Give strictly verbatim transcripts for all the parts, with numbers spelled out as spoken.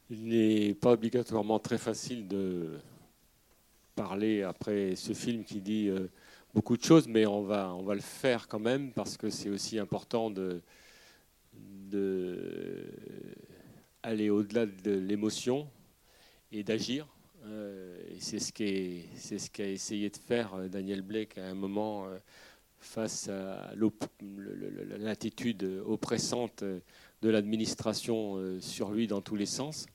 Il n'est pas obligatoirement très facile de parler après ce film qui dit euh, beaucoup de choses, mais on va, on va le faire quand même parce que c'est aussi important de, de aller au-delà de l'émotion et d'agir. Euh, et c'est ce qu'est- c'est ce qu'a essayé de faire euh, Daniel Blake à un moment euh, face à l'op- le- le- le- l'attitude oppressante de l'administration euh, sur lui dans tous les sens.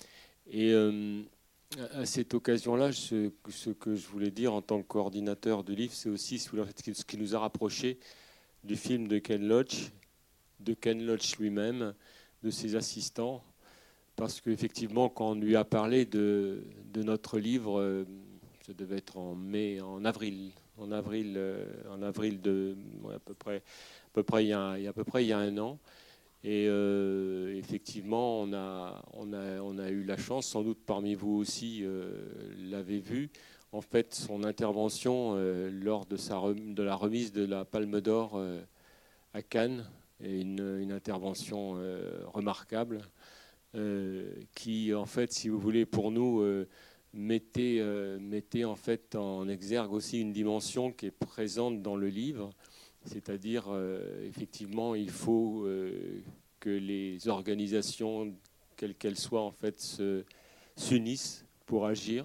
Et euh, à cette occasion-là, ce, ce que je voulais dire en tant que coordinateur du livre, c'est aussi ce ce qui nous a rapprochés du film de Ken Loach, de Ken Loach lui-même, de ses assistants, parce qu'effectivement, quand on lui a parlé de, de notre livre, euh, ça devait être en mai, en avril, en avril, euh, en avril de, ouais, à peu près, à peu près il y a, il y a à peu près il y a un an. Et euh, effectivement, on a, on, a, on a eu la chance, sans doute parmi vous aussi euh, l'avez vu, en fait, son intervention euh, lors de, sa rem- de la remise de la Palme d'Or euh, à Cannes, et une, une intervention euh, remarquable, euh, qui, en fait, si vous voulez, pour nous, euh, mettait, euh, mettait en fait en exergue aussi une dimension qui est présente dans le livre, c'est-à-dire, euh, effectivement, il faut euh, que les organisations, quelles qu'elles soient, en fait, se, s'unissent pour agir.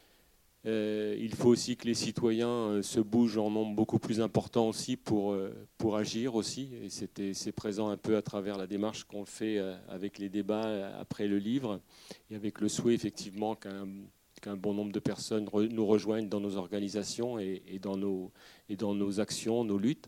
Euh, il faut aussi que les citoyens euh, se bougent en nombre beaucoup plus important aussi pour, euh, pour agir aussi. Et c'était, c'est présent un peu à travers la démarche qu'on fait euh, avec les débats euh, après le livre et avec le souhait effectivement qu'un, qu'un bon nombre de personnes re, nous rejoignent dans nos organisations et, et, dans nos, et dans nos actions, nos luttes.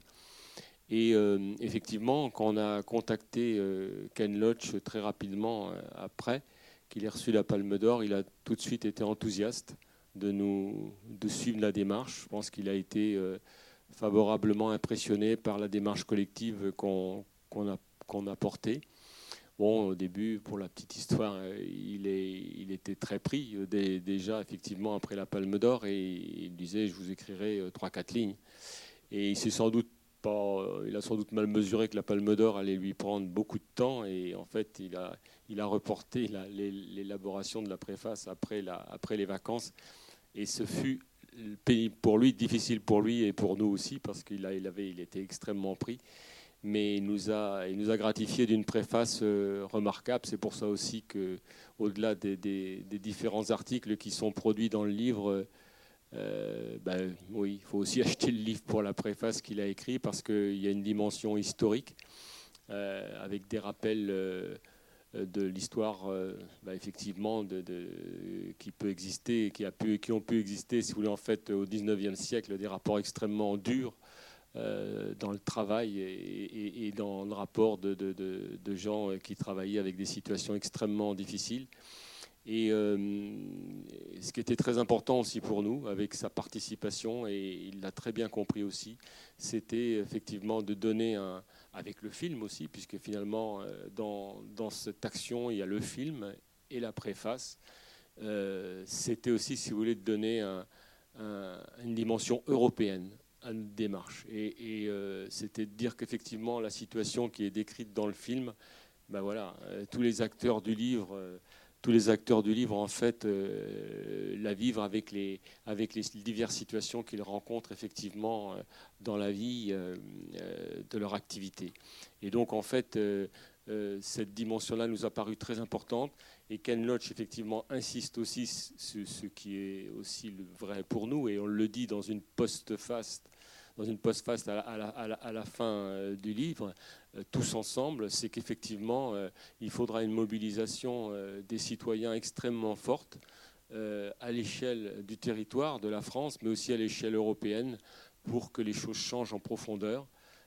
Et euh, effectivement, quand on a contacté euh, Ken Loach très rapidement euh, après qu'il ait reçu la Palme d'Or, il a tout de suite été enthousiaste de, nous, de suivre la démarche. Je pense qu'il a été euh, favorablement impressionné par la démarche collective qu'on qu'on a, qu'on a portée. Bon, au début, pour la petite histoire, euh, il, est, il était très pris euh, dès, déjà, effectivement, après la Palme d'Or, et il disait, je vous écrirai euh, trois, quatre lignes. Et il s'est sans doute pas, il a sans doute mal mesuré que la Palme d'Or allait lui prendre beaucoup de temps, et en fait, il a, il a reporté la, l'élaboration de la préface après, la, après les vacances. Et ce fut pénible pour lui, difficile pour lui et pour nous aussi, parce qu'il a, il avait, il était extrêmement pris. Mais il nous a, il nous a gratifié d'une préface euh, remarquable. C'est pour ça aussi que, au-delà des, des, des différents articles qui sont produits dans le livre, euh, ben, oui, il faut aussi acheter le livre pour la préface qu'il a écrit, parce qu'il y a une dimension historique euh, avec des rappels euh, de l'histoire, euh, ben, effectivement, de, de, qui peut exister, qui, a pu, qui ont pu exister, si vous voulez, en fait, au dix-neuvième siècle, des rapports extrêmement durs euh, dans le travail et, et, et dans le rapport de, de, de, de gens qui travaillaient avec des situations extrêmement difficiles. Et euh, ce qui était très important aussi pour nous, avec sa participation, et il l'a très bien compris aussi, c'était effectivement de donner un, avec le film aussi, puisque finalement, euh, dans, dans cette action, il y a le film et la préface. Euh, c'était aussi, si vous voulez, de donner un, un, une dimension européenne à notre démarche. Et, et euh, c'était de dire qu'effectivement, la situation qui est décrite dans le film, ben voilà, euh, tous les acteurs du livre... Euh, tous les acteurs du livre, en fait, euh, la vivent avec les, avec les diverses situations qu'ils rencontrent effectivement euh, dans la vie euh, euh, de leur activité. Et donc, en fait, euh, euh, cette dimension-là nous a paru très importante. Et Ken Loach, effectivement, insiste aussi sur ce qui est aussi le vrai pour nous, et on le dit dans une post-face dans une post-face à, à, à, à la fin euh, du livre, euh, tous ensemble, c'est qu'effectivement, euh, il faudra une mobilisation euh, des citoyens extrêmement forte euh, à l'échelle du territoire de la France, mais aussi à l'échelle européenne, pour que les choses changent en profondeur,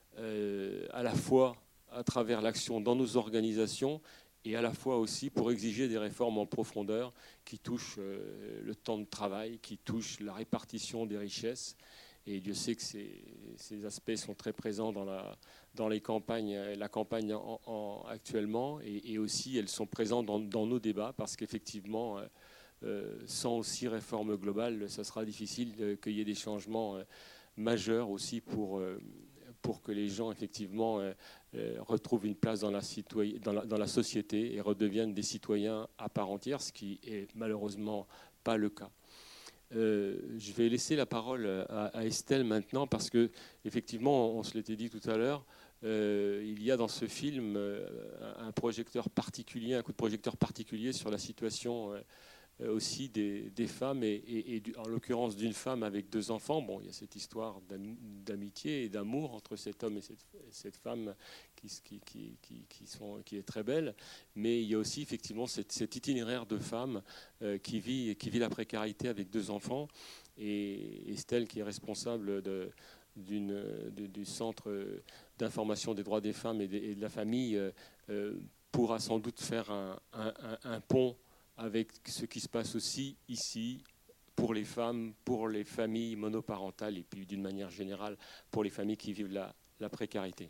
euh, à la fois à travers l'action dans nos organisations, et à la fois aussi pour exiger des réformes en profondeur qui touchent euh, le temps de travail, qui touchent la répartition des richesses. Et Dieu sait que ces, ces aspects sont très présents dans la, dans les campagnes, la campagne en, en, actuellement, et, et aussi elles sont présentes dans, dans nos débats, parce qu'effectivement, euh, sans aussi réforme globale, ça sera difficile de, qu'il y ait des changements euh, majeurs aussi pour, euh, pour que les gens effectivement euh, euh, retrouvent une place dans la, citoyen, dans, la, dans la société et redeviennent des citoyens à part entière, ce qui est malheureusement pas le cas. Euh, je vais laisser la parole à, à Estelle maintenant parce que effectivement, on, on se l'était dit tout à l'heure, euh, il y a dans ce film euh, un projecteur particulier, un coup de projecteur particulier sur la situation euh, aussi des, des femmes et, et, et en l'occurrence d'une femme avec deux enfants. Bon, il y a cette histoire d'amitié et d'amour entre cet homme et cette, cette femme qui, qui, qui, qui, sont, qui est très belle, mais il y a aussi effectivement cette, cet itinéraire de femme euh, qui, vit, qui vit la précarité avec deux enfants. Et Estelle, qui est responsable de, d'une, de, du centre d'information des droits des femmes et de, et de la famille, euh, pourra sans doute faire un, un, un pont avec ce qui se passe aussi ici pour les femmes, pour les familles monoparentales et puis d'une manière générale pour les familles qui vivent la, la précarité.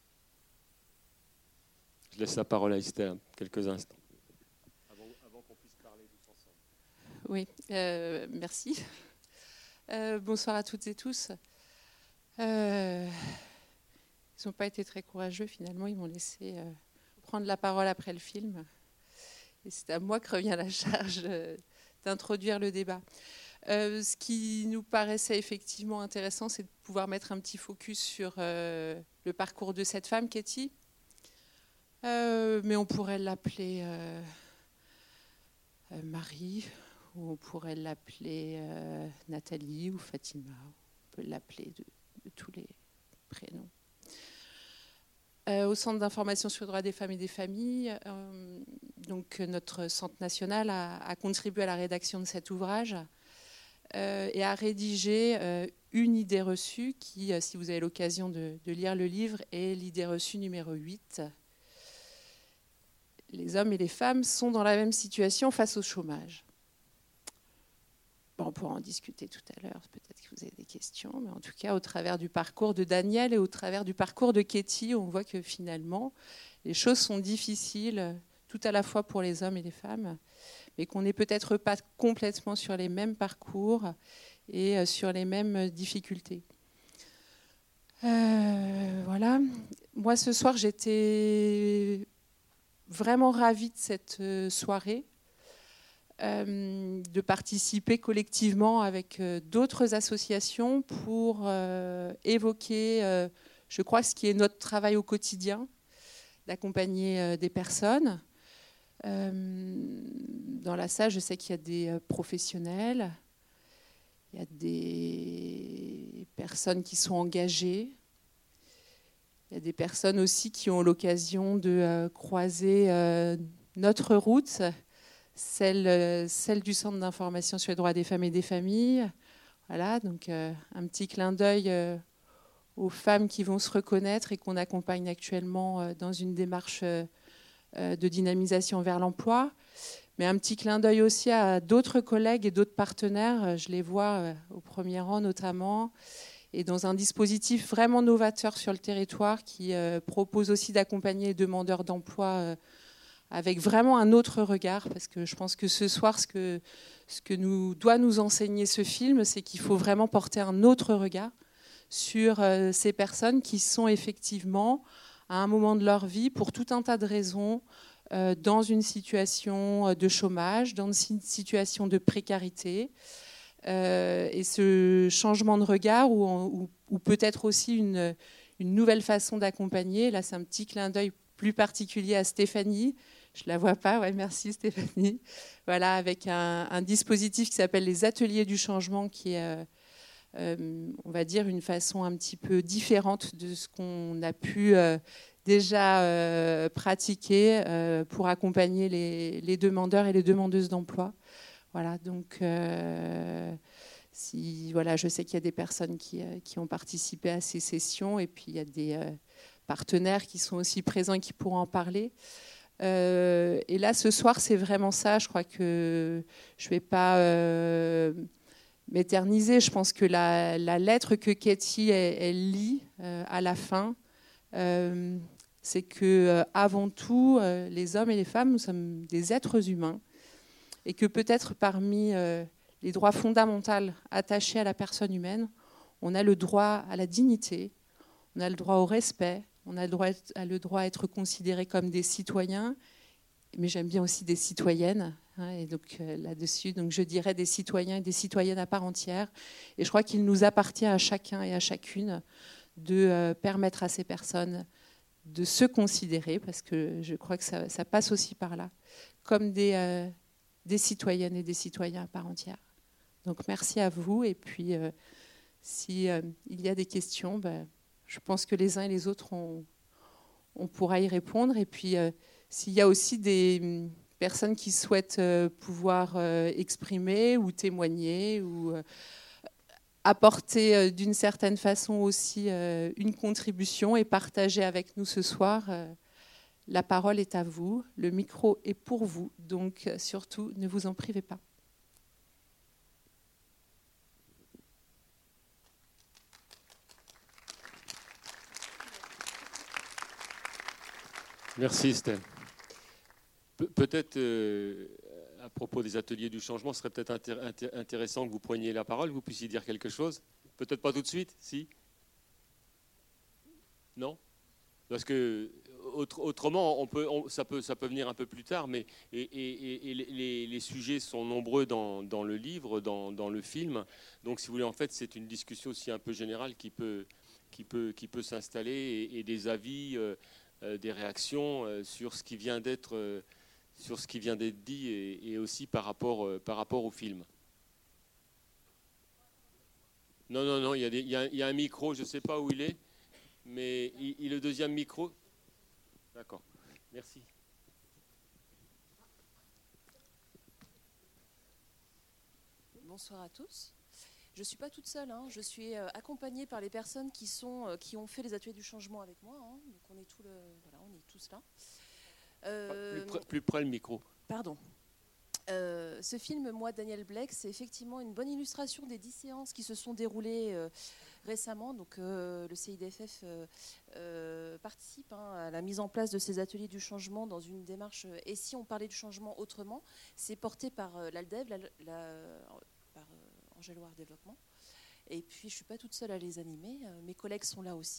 Je laisse la parole à Esther quelques instants. Avant, avant qu'on puisse parler tous ensemble. Oui, euh, merci. Euh, bonsoir à toutes et tous. Euh, ils n'ont pas été très courageux finalement, ils m'ont laissé euh, prendre la parole après le film. Et c'est à moi que revient la charge euh, d'introduire le débat. Euh, ce qui nous paraissait effectivement intéressant, c'est de pouvoir mettre un petit focus sur euh, le parcours de cette femme, Katie. Euh, mais on pourrait l'appeler euh, euh, Marie, ou on pourrait l'appeler euh, Nathalie ou Fatima. On peut l'appeler de, de tous les prénoms. Euh, au Centre d'information sur les droits des femmes et des familles, euh, donc notre centre national a, a contribué à la rédaction de cet ouvrage euh, et a rédigé euh, une idée reçue qui, euh, si vous avez l'occasion de, de lire le livre, est l'idée reçue numéro huit. Les hommes et les femmes sont dans la même situation face au chômage. Bon, on pourra en discuter tout à l'heure, peut-être que vous avez des questions, mais en tout cas, au travers du parcours de Daniel et au travers du parcours de Katie, on voit que finalement, les choses sont difficiles, tout à la fois pour les hommes et les femmes, mais qu'on n'est peut-être pas complètement sur les mêmes parcours et sur les mêmes difficultés. Euh, voilà. Moi, ce soir, j'étais vraiment ravie de cette soirée. Euh, de participer collectivement avec euh, d'autres associations pour euh, évoquer, euh, je crois, ce qui est notre travail au quotidien, d'accompagner euh, des personnes. Euh, dans la salle, je sais qu'il y a des euh, professionnels, il y a des personnes qui sont engagées, il y a des personnes aussi qui ont l'occasion de euh, croiser euh, notre route, Celle, celle du Centre d'information sur les droits des femmes et des familles. Voilà, donc euh, un petit clin d'œil euh, aux femmes qui vont se reconnaître et qu'on accompagne actuellement euh, dans une démarche euh, de dynamisation vers l'emploi. Mais un petit clin d'œil aussi à d'autres collègues et d'autres partenaires. Je les vois euh, au premier rang notamment. Et dans un dispositif vraiment novateur sur le territoire qui euh, propose aussi d'accompagner les demandeurs d'emploi euh, avec vraiment un autre regard, parce que je pense que ce soir, ce que, ce que nous, doit nous enseigner ce film, c'est qu'il faut vraiment porter un autre regard sur euh, ces personnes qui sont effectivement, à un moment de leur vie, pour tout un tas de raisons, euh, dans une situation de chômage, dans une situation de précarité. Euh, et ce changement de regard, ou, ou, ou peut-être aussi une, une nouvelle façon d'accompagner, là c'est un petit clin d'œil plus particulier à Stéphanie. Je ne la vois pas, ouais, merci Stéphanie. Voilà, avec un, un dispositif qui s'appelle les ateliers du changement, qui est, euh, euh, on va dire, une façon un petit peu différente de ce qu'on a pu euh, déjà euh, pratiquer euh, pour accompagner les, les demandeurs et les demandeuses d'emploi. Voilà, donc euh, si, voilà, je sais qu'il y a des personnes qui, euh, qui ont participé à ces sessions, et puis il y a des euh, partenaires qui sont aussi présents et qui pourront en parler. Euh, et là, ce soir, c'est vraiment ça. Je crois que je ne vais pas euh, m'éterniser. Je pense que la, la lettre que Katie elle, elle lit euh, à la fin, euh, c'est que euh, avant tout, euh, les hommes et les femmes, nous sommes des êtres humains, et que peut-être parmi euh, les droits fondamentaux attachés à la personne humaine, on a le droit à la dignité, on a le droit au respect, on a le droit, à, le droit à être considérés comme des citoyens, mais j'aime bien aussi des citoyennes. Hein, et donc euh, là-dessus, donc je dirais des citoyens et des citoyennes à part entière. Et je crois qu'il nous appartient à chacun et à chacune de euh, permettre à ces personnes de se considérer, parce que je crois que ça, ça passe aussi par là, comme des, euh, des citoyennes et des citoyens à part entière. Donc merci à vous. Et puis, euh, si euh, il y a des questions, ben, je pense que les uns et les autres, on, on pourra y répondre. Et puis, euh, s'il y a aussi des personnes qui souhaitent euh, pouvoir euh, exprimer ou témoigner ou euh, apporter euh, d'une certaine façon aussi euh, une contribution et partager avec nous ce soir, euh, la parole est à vous, le micro est pour vous. Donc, euh, surtout, ne vous en privez pas. Merci Estelle. Pe- peut-être euh, à propos des ateliers du changement, ce serait peut-être intér- intér- intéressant que vous preniez la parole, que vous puissiez dire quelque chose. Peut-être pas tout de suite, si? Non? Parce que autre- autrement, on peut, on- ça, peut, ça peut venir un peu plus tard, mais et, et- et les, les sujets sont nombreux dans, dans le livre, dans, dans le film. Donc, si vous voulez, en fait, c'est une discussion aussi un peu générale qui peut, qui peut, qui peut s'installer et, et des avis, euh, euh, des réactions euh, sur ce qui vient d'être, euh, sur ce qui vient d'être dit et, et aussi par rapport, euh, par rapport au film. Non, non, non, il y a, des- il y a- il y a un micro, je ne sais pas où il est, mais il, il- le deuxième micro. D'accord, merci. Bonsoir à tous. Je ne suis pas toute seule, hein. Je suis euh, accompagnée par les personnes qui, sont, euh, qui ont fait les ateliers du changement avec moi. Hein. Donc on est, tout le, voilà, on est tous là. Euh, plus, près, plus près le micro. Pardon. Euh, ce film, moi, Daniel Blake, c'est effectivement une bonne illustration des dix séances qui se sont déroulées euh, récemment. Donc, euh, le C I D F F euh, euh, participe hein, à la mise en place de ces ateliers du changement dans une démarche. Et si on parlait du changement autrement, c'est porté par euh, l'ALDEV, la, la, par euh, Angèle Loire Développement. Et puis, je ne suis pas toute seule à les animer. Euh, mes collègues sont là aussi.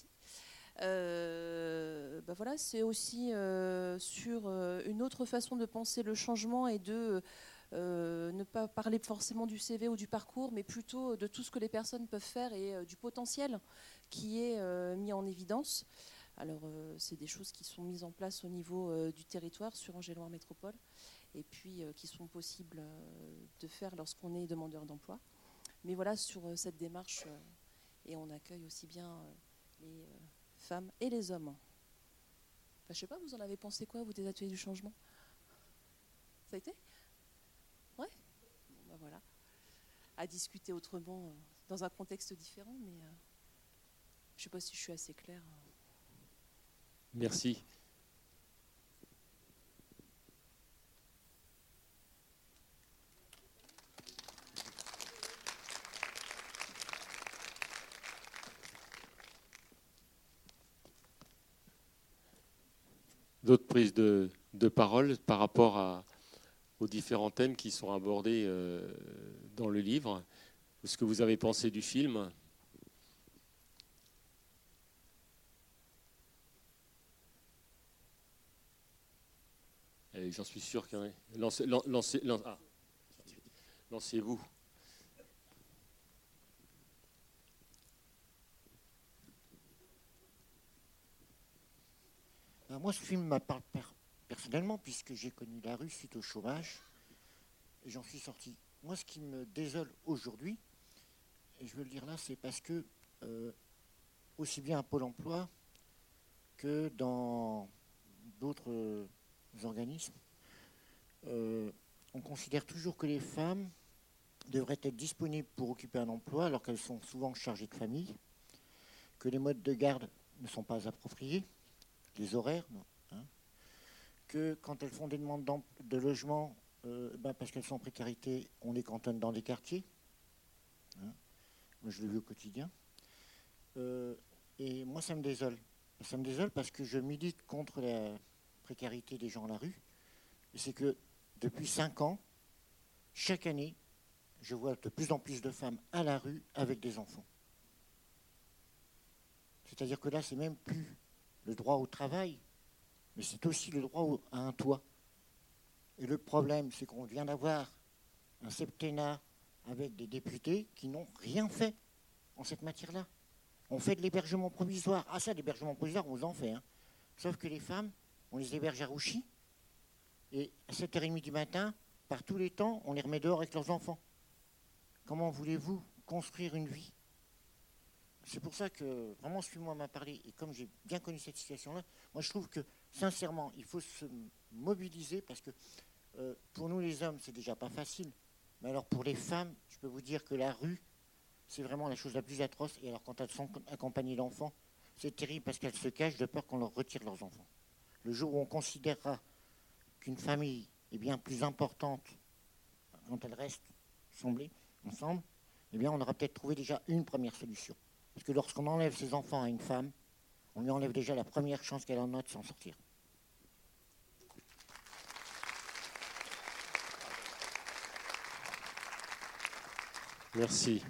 Euh, ben voilà, c'est aussi euh, sur euh, une autre façon de penser le changement et de euh, ne pas parler forcément du C V ou du parcours, mais plutôt de tout ce que les personnes peuvent faire et euh, du potentiel qui est euh, mis en évidence. Alors, euh, c'est des choses qui sont mises en place au niveau euh, du territoire sur Angers-Loire Métropole et puis euh, qui sont possibles euh, de faire lorsqu'on est demandeur d'emploi. Mais voilà, sur euh, cette démarche, euh, et on accueille aussi bien euh, les euh, femmes et les hommes. Enfin, je ne sais pas, vous en avez pensé quoi, vous, des ateliers du changement? Ça a été? Ouais. Bon, ben voilà. À discuter autrement, euh, dans un contexte différent, mais euh, je ne sais pas si je suis assez claire. Merci. D'autres prises de, de parole par rapport à, aux différents thèmes qui sont abordés euh, dans le livre. Ce que vous avez pensé du film? J'en suis sûr qu'il y en a. Lancez, lancez, lancez, ah. Lancez-vous. Ben moi, ce film me parle personnellement, puisque j'ai connu la rue suite au chômage, et j'en suis sorti. Moi, ce qui me désole aujourd'hui, et je veux le dire là, c'est parce que, euh, aussi bien à Pôle emploi que dans d'autres euh, organismes, euh, on considère toujours que les femmes devraient être disponibles pour occuper un emploi, alors qu'elles sont souvent chargées de famille, que les modes de garde ne sont pas appropriés, les horaires, hein, que quand elles font des demandes de logement, euh, ben parce qu'elles sont en précarité, on les cantonne dans des quartiers. Hein. Moi, je l'ai vu au quotidien. Euh, et moi, ça me désole. Ça me désole parce que je milite contre la précarité des gens à la rue. Et c'est que depuis cinq ans, chaque année, je vois de plus en plus de femmes à la rue avec des enfants. C'est-à-dire que là, c'est même plus le droit au travail, mais c'est aussi le droit au, à un toit. Et le problème, c'est qu'on vient d'avoir un septennat avec des députés qui n'ont rien fait en cette matière-là. On fait de l'hébergement provisoire. Ah ça, l'hébergement provisoire, on vous en fait. Hein. Sauf que les femmes, on les héberge à Rouchy, et à sept heures trente du matin, par tous les temps, on les remet dehors avec leurs enfants. Comment voulez-vous construire une vie? C'est pour ça que, vraiment, ce que moi m'a parlé, et comme j'ai bien connu cette situation-là, moi je trouve que, sincèrement, il faut se mobiliser, parce que euh, pour nous les hommes, c'est déjà pas facile. Mais alors pour les femmes, je peux vous dire que la rue, c'est vraiment la chose la plus atroce. Et alors quand elles sont accompagnées d'enfants, c'est terrible parce qu'elles se cachent de peur qu'on leur retire leurs enfants. Le jour où on considérera qu'une famille est bien plus importante quand elle reste assemblée, ensemble, eh bien on aura peut-être trouvé déjà une première solution. Parce que lorsqu'on enlève ses enfants à une femme, on lui enlève déjà la première chance qu'elle en a de s'en sortir. Merci.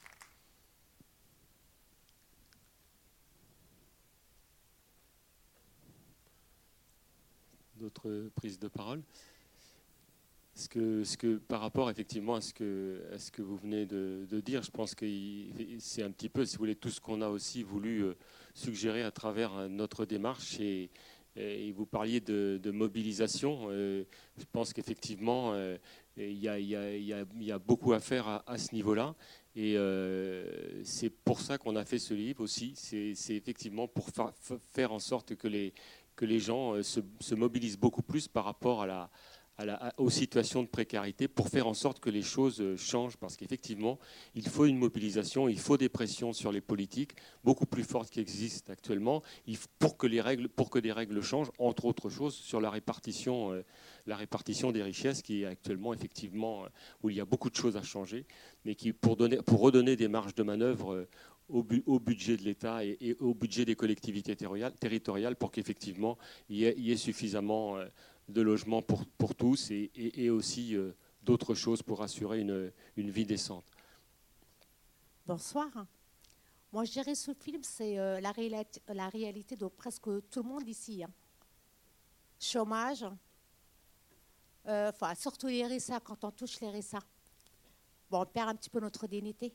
D'autres prises de parole? Ce que, ce que, par rapport effectivement à ce que, à ce que vous venez de, de dire, je pense que c'est un petit peu, si vous voulez, tout ce qu'on a aussi voulu suggérer à travers notre démarche. Et, et vous parliez de, de mobilisation. Je pense qu'effectivement, il y a, il y a, il y a, il y a beaucoup à faire à, à ce niveau-là. Et euh, c'est pour ça qu'on a fait ce livre aussi. C'est, c'est effectivement pour fa- faire en sorte que les, que les gens se, se mobilisent beaucoup plus par rapport à la À la, aux situations de précarité, pour faire en sorte que les choses changent, parce qu'effectivement, il faut une mobilisation, il faut des pressions sur les politiques beaucoup plus fortes qui existent actuellement, il faut, pour, que les règles, pour que des règles changent, entre autres choses, sur la répartition, euh, la répartition des richesses, qui est actuellement, effectivement, où il y a beaucoup de choses à changer, mais qui, pour, donner, pour redonner des marges de manœuvre euh, au, bu, au budget de l'État et, et au budget des collectivités territoriales, territoriales pour qu'effectivement, il y ait, il y ait suffisamment euh, de logements pour, pour tous et, et, et aussi euh, d'autres choses pour assurer une, une vie décente. Bonsoir. Moi, je dirais ce film, c'est euh, la, réalité, la réalité de presque tout le monde ici. Hein. Chômage, euh, enfin, surtout les R S A, quand on touche les R S A. Bon, on perd un petit peu notre dignité.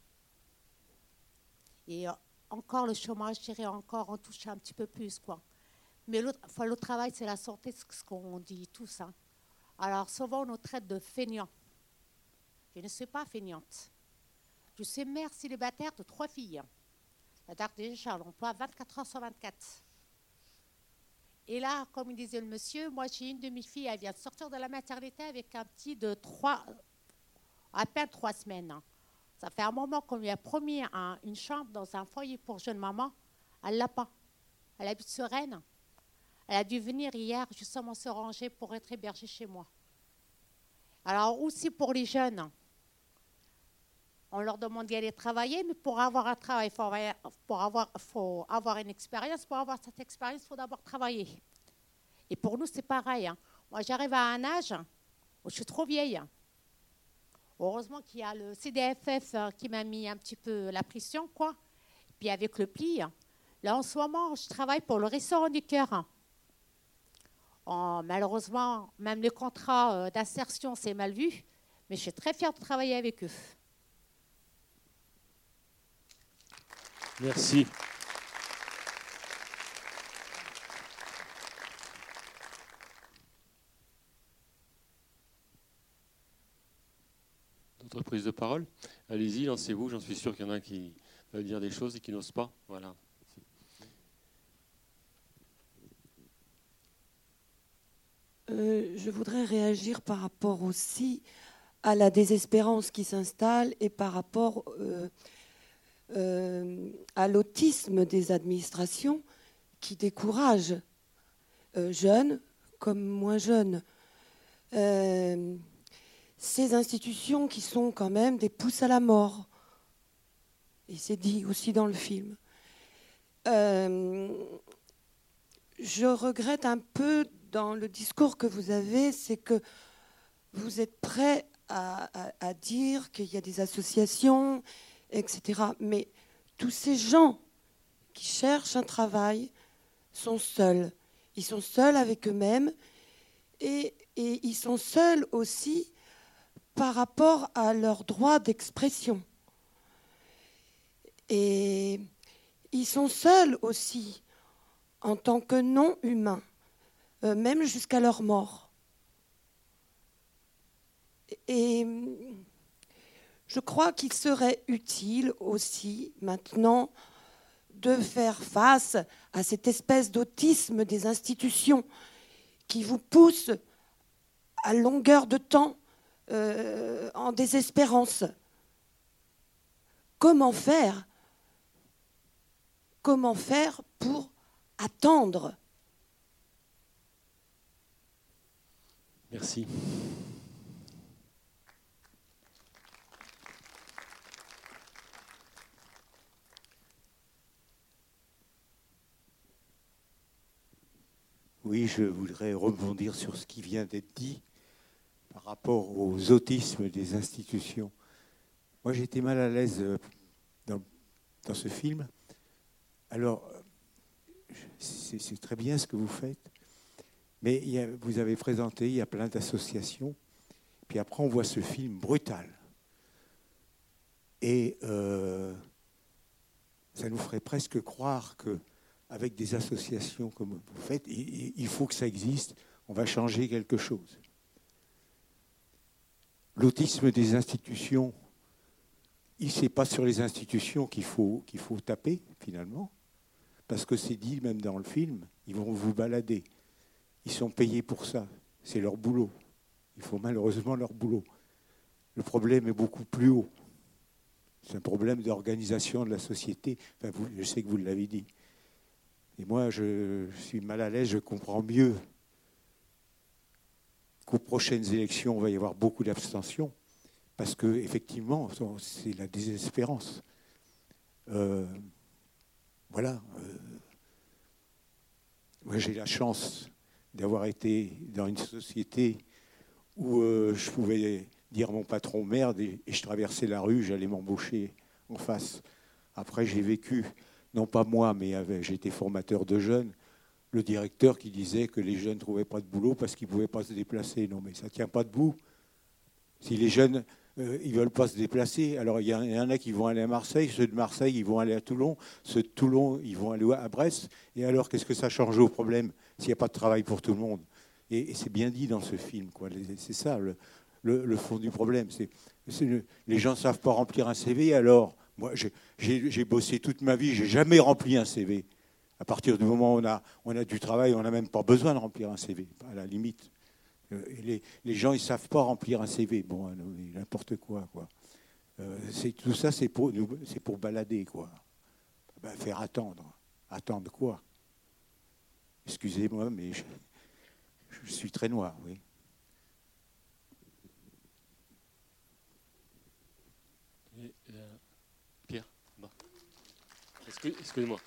Et euh, encore le chômage, je dirais encore, on touche un petit peu plus, quoi. Mais le, enfin, le travail, c'est la santé, c'est ce qu'on dit tous. Hein. Alors, souvent, on nous traite de feignants. Je ne suis pas feignante. Je suis mère célibataire de trois filles. C'est-à-dire déjà, l'emploi vingt-quatre heures sur vingt-quatre. Et là, comme il disait le monsieur, moi, j'ai une de mes filles, elle vient de sortir de la maternité avec un petit de trois, à peine trois semaines. Ça fait un moment qu'on lui a promis un, une chambre dans un foyer pour jeunes mamans. Elle ne l'a pas. Elle habite sur Rennes. Elle a dû venir hier justement se ranger pour être hébergée chez moi. Alors aussi pour les jeunes, on leur demande d'y aller travailler, mais pour avoir un travail, il faut avoir, pour avoir, faut avoir une expérience. Pour avoir cette expérience, il faut d'abord travailler. Et pour nous, c'est pareil. Hein. Moi, j'arrive à un âge où je suis trop vieille. Heureusement qu'il y a le C D F F qui m'a mis un petit peu la pression, quoi. Puis avec le pli, là en ce moment, je travaille pour le restaurant du cœur. Oh, malheureusement, même le contrat d'insertion, c'est mal vu, mais je suis très fière de travailler avec eux. Merci. D'autres prises de parole? Allez-y, lancez-vous. J'en suis sûr qu'il y en a qui veulent dire des choses et qui n'osent pas. Voilà. Euh, je voudrais réagir par rapport aussi à la désespérance qui s'installe et par rapport euh, euh, à l'autisme des administrations qui décourage euh, jeunes comme moins jeunes. Euh, ces institutions qui sont quand même des pousses à la mort. Et c'est dit aussi dans le film. Euh, je regrette un peu dans le discours que vous avez, c'est que vous êtes prêt à, à, à dire qu'il y a des associations, et cetera. Mais tous ces gens qui cherchent un travail sont seuls. Ils sont seuls avec eux-mêmes et, et ils sont seuls aussi par rapport à leur droit d'expression. Et ils sont seuls aussi en tant que non-humains, euh, même jusqu'à leur mort. Et je crois qu'il serait utile aussi maintenant de faire face à cette espèce d'autisme des institutions qui vous pousse à longueur de temps euh, en désespérance. Comment faire ? Comment faire pour attendre ? Merci. Oui, je voudrais rebondir sur ce qui vient d'être dit par rapport aux autismes des institutions. Moi, j'étais mal à l'aise dans, dans ce film. Alors, c'est, c'est très bien ce que vous faites, mais il y a, vous avez présenté, il y a plein d'associations, puis après on voit ce film brutal. Et euh, ça nous ferait presque croire qu'avec des associations comme vous faites, il, il faut que ça existe, on va changer quelque chose. L'autisme des institutions, ce n'est pas sur les institutions qu'il faut, qu'il faut taper, finalement, parce que c'est dit même dans le film, ils vont vous balader. Ils sont payés pour ça, c'est leur boulot. Ils font malheureusement leur boulot. Le problème est beaucoup plus haut. C'est un problème d'organisation de la société. Enfin, vous, je sais que vous l'avez dit. Et moi, je, je suis mal à l'aise, je comprends mieux qu'aux prochaines élections, il va y avoir beaucoup d'abstention, parce qu'effectivement, c'est la désespérance. Euh, voilà. Euh, moi, j'ai la chance d'avoir été dans une société où euh, je pouvais dire à mon patron merde et, et je traversais la rue, j'allais m'embaucher en face. Après, j'ai vécu, non pas moi, mais avec, j'étais formateur de jeunes, le directeur qui disait que les jeunes ne trouvaient pas de boulot parce qu'ils ne pouvaient pas se déplacer. Non, mais ça ne tient pas debout. Si les jeunes, euh, ils ne veulent pas se déplacer, alors il y, y en a qui vont aller à Marseille, ceux de Marseille, ils vont aller à Toulon, ceux de Toulon, ils vont aller à Brest. Et alors, qu'est-ce que ça change au problème s'il n'y a pas de travail pour tout le monde ? Et, et c'est bien dit dans ce film, quoi. C'est ça, le, le, le fond du problème. C'est, c'est le, les gens ne savent pas remplir un C V, alors, moi, j'ai, j'ai, j'ai bossé toute ma vie, je n'ai jamais rempli un C V. À partir du moment où on a, on a du travail, on n'a même pas besoin de remplir un C V, à la limite. Et les, les gens, ils ne savent pas remplir un C V. Bon, n'importe quoi, quoi. Euh, c'est, tout ça, c'est pour, c'est pour balader, quoi. Ben, faire attendre. Attendre quoi ? Excusez-moi, mais je, je suis très noir, oui. Et, euh, Pierre, bon. Excuse, excusez-moi.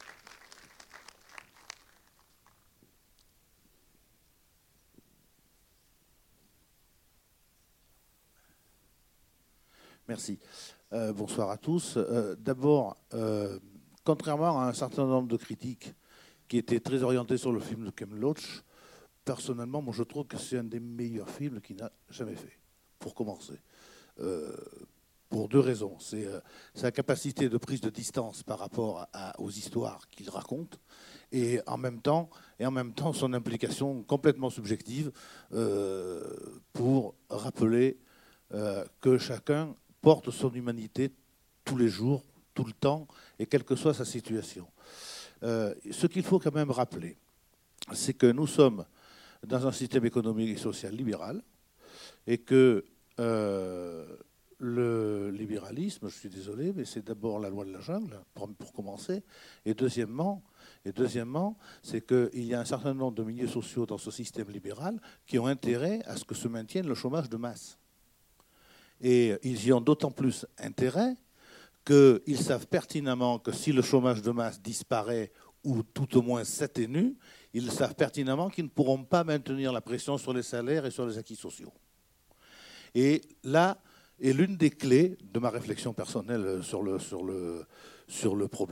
Merci. Euh, bonsoir à tous. Euh, d'abord, euh, contrairement à un certain nombre de critiques qui étaient très orientées sur le film de Ken Loach, personnellement, moi, je trouve que c'est un des meilleurs films qu'il n'a jamais fait, pour commencer. Euh, pour deux raisons. C'est euh, sa capacité de prise de distance par rapport à, aux histoires qu'il raconte, et en même temps, et en même temps son implication complètement subjective euh, pour rappeler euh, que chacun porte son humanité tous les jours, tout le temps, et quelle que soit sa situation. Euh, ce qu'il faut quand même rappeler, c'est que nous sommes dans un système économique et social libéral, et que euh, le libéralisme, je suis désolé, mais c'est d'abord la loi de la jungle, pour, pour commencer, et deuxièmement, et deuxièmement, c'est qu'il y a un certain nombre de milieux sociaux dans ce système libéral qui ont intérêt à ce que se maintienne le chômage de masse. Et ils y ont d'autant plus intérêt qu'ils savent pertinemment que si le chômage de masse disparaît ou tout au moins s'atténue, ils savent pertinemment qu'ils ne pourront pas maintenir la pression sur les salaires et sur les acquis sociaux. Et là est l'une des clés de ma réflexion personnelle sur le, sur le, sur le problème,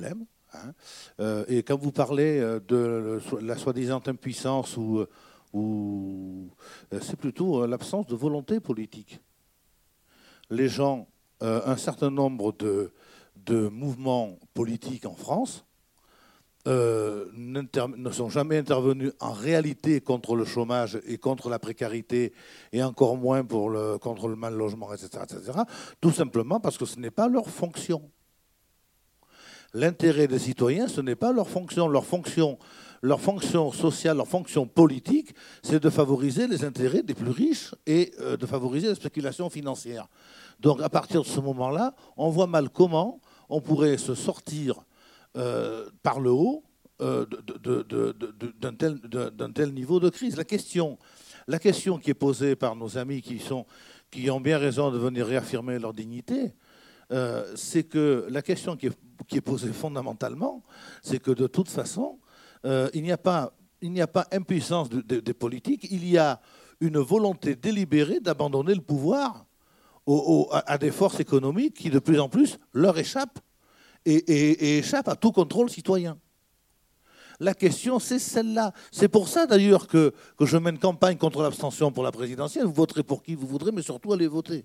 Hein. Euh, et quand vous parlez de la soi-disant impuissance, ou, ou c'est plutôt l'absence de volonté politique. Les gens, euh, un certain nombre de, de mouvements politiques en France euh, ne sont jamais intervenus en réalité contre le chômage et contre la précarité, et encore moins pour le, contre le mal logement, et cetera, et cetera, tout simplement parce que ce n'est pas leur fonction. L'intérêt des citoyens, ce n'est pas leur fonction. Leur fonction, leur fonction sociale, leur fonction politique, c'est de favoriser les intérêts des plus riches et euh, de favoriser la spéculation financière. Donc à partir de ce moment-là, on voit mal comment on pourrait se sortir euh, par le haut euh, de, de, de, de, d'un tel, d'un tel niveau de crise. La question, la question qui est posée par nos amis qui, sont, qui ont bien raison de venir réaffirmer leur dignité, euh, c'est que la question qui est, qui est posée fondamentalement, c'est que de toute façon, euh, il n'y a pas, il n'y a pas impuissance de, de, des politiques, il y a une volonté délibérée d'abandonner le pouvoir aux, aux, à des forces économiques qui de plus en plus leur échappent et, et, et échappent à tout contrôle citoyen. La question, c'est celle-là. C'est pour ça, d'ailleurs, que, que je mène campagne contre l'abstention pour la présidentielle. Vous voterez pour qui vous voudrez, mais surtout allez voter.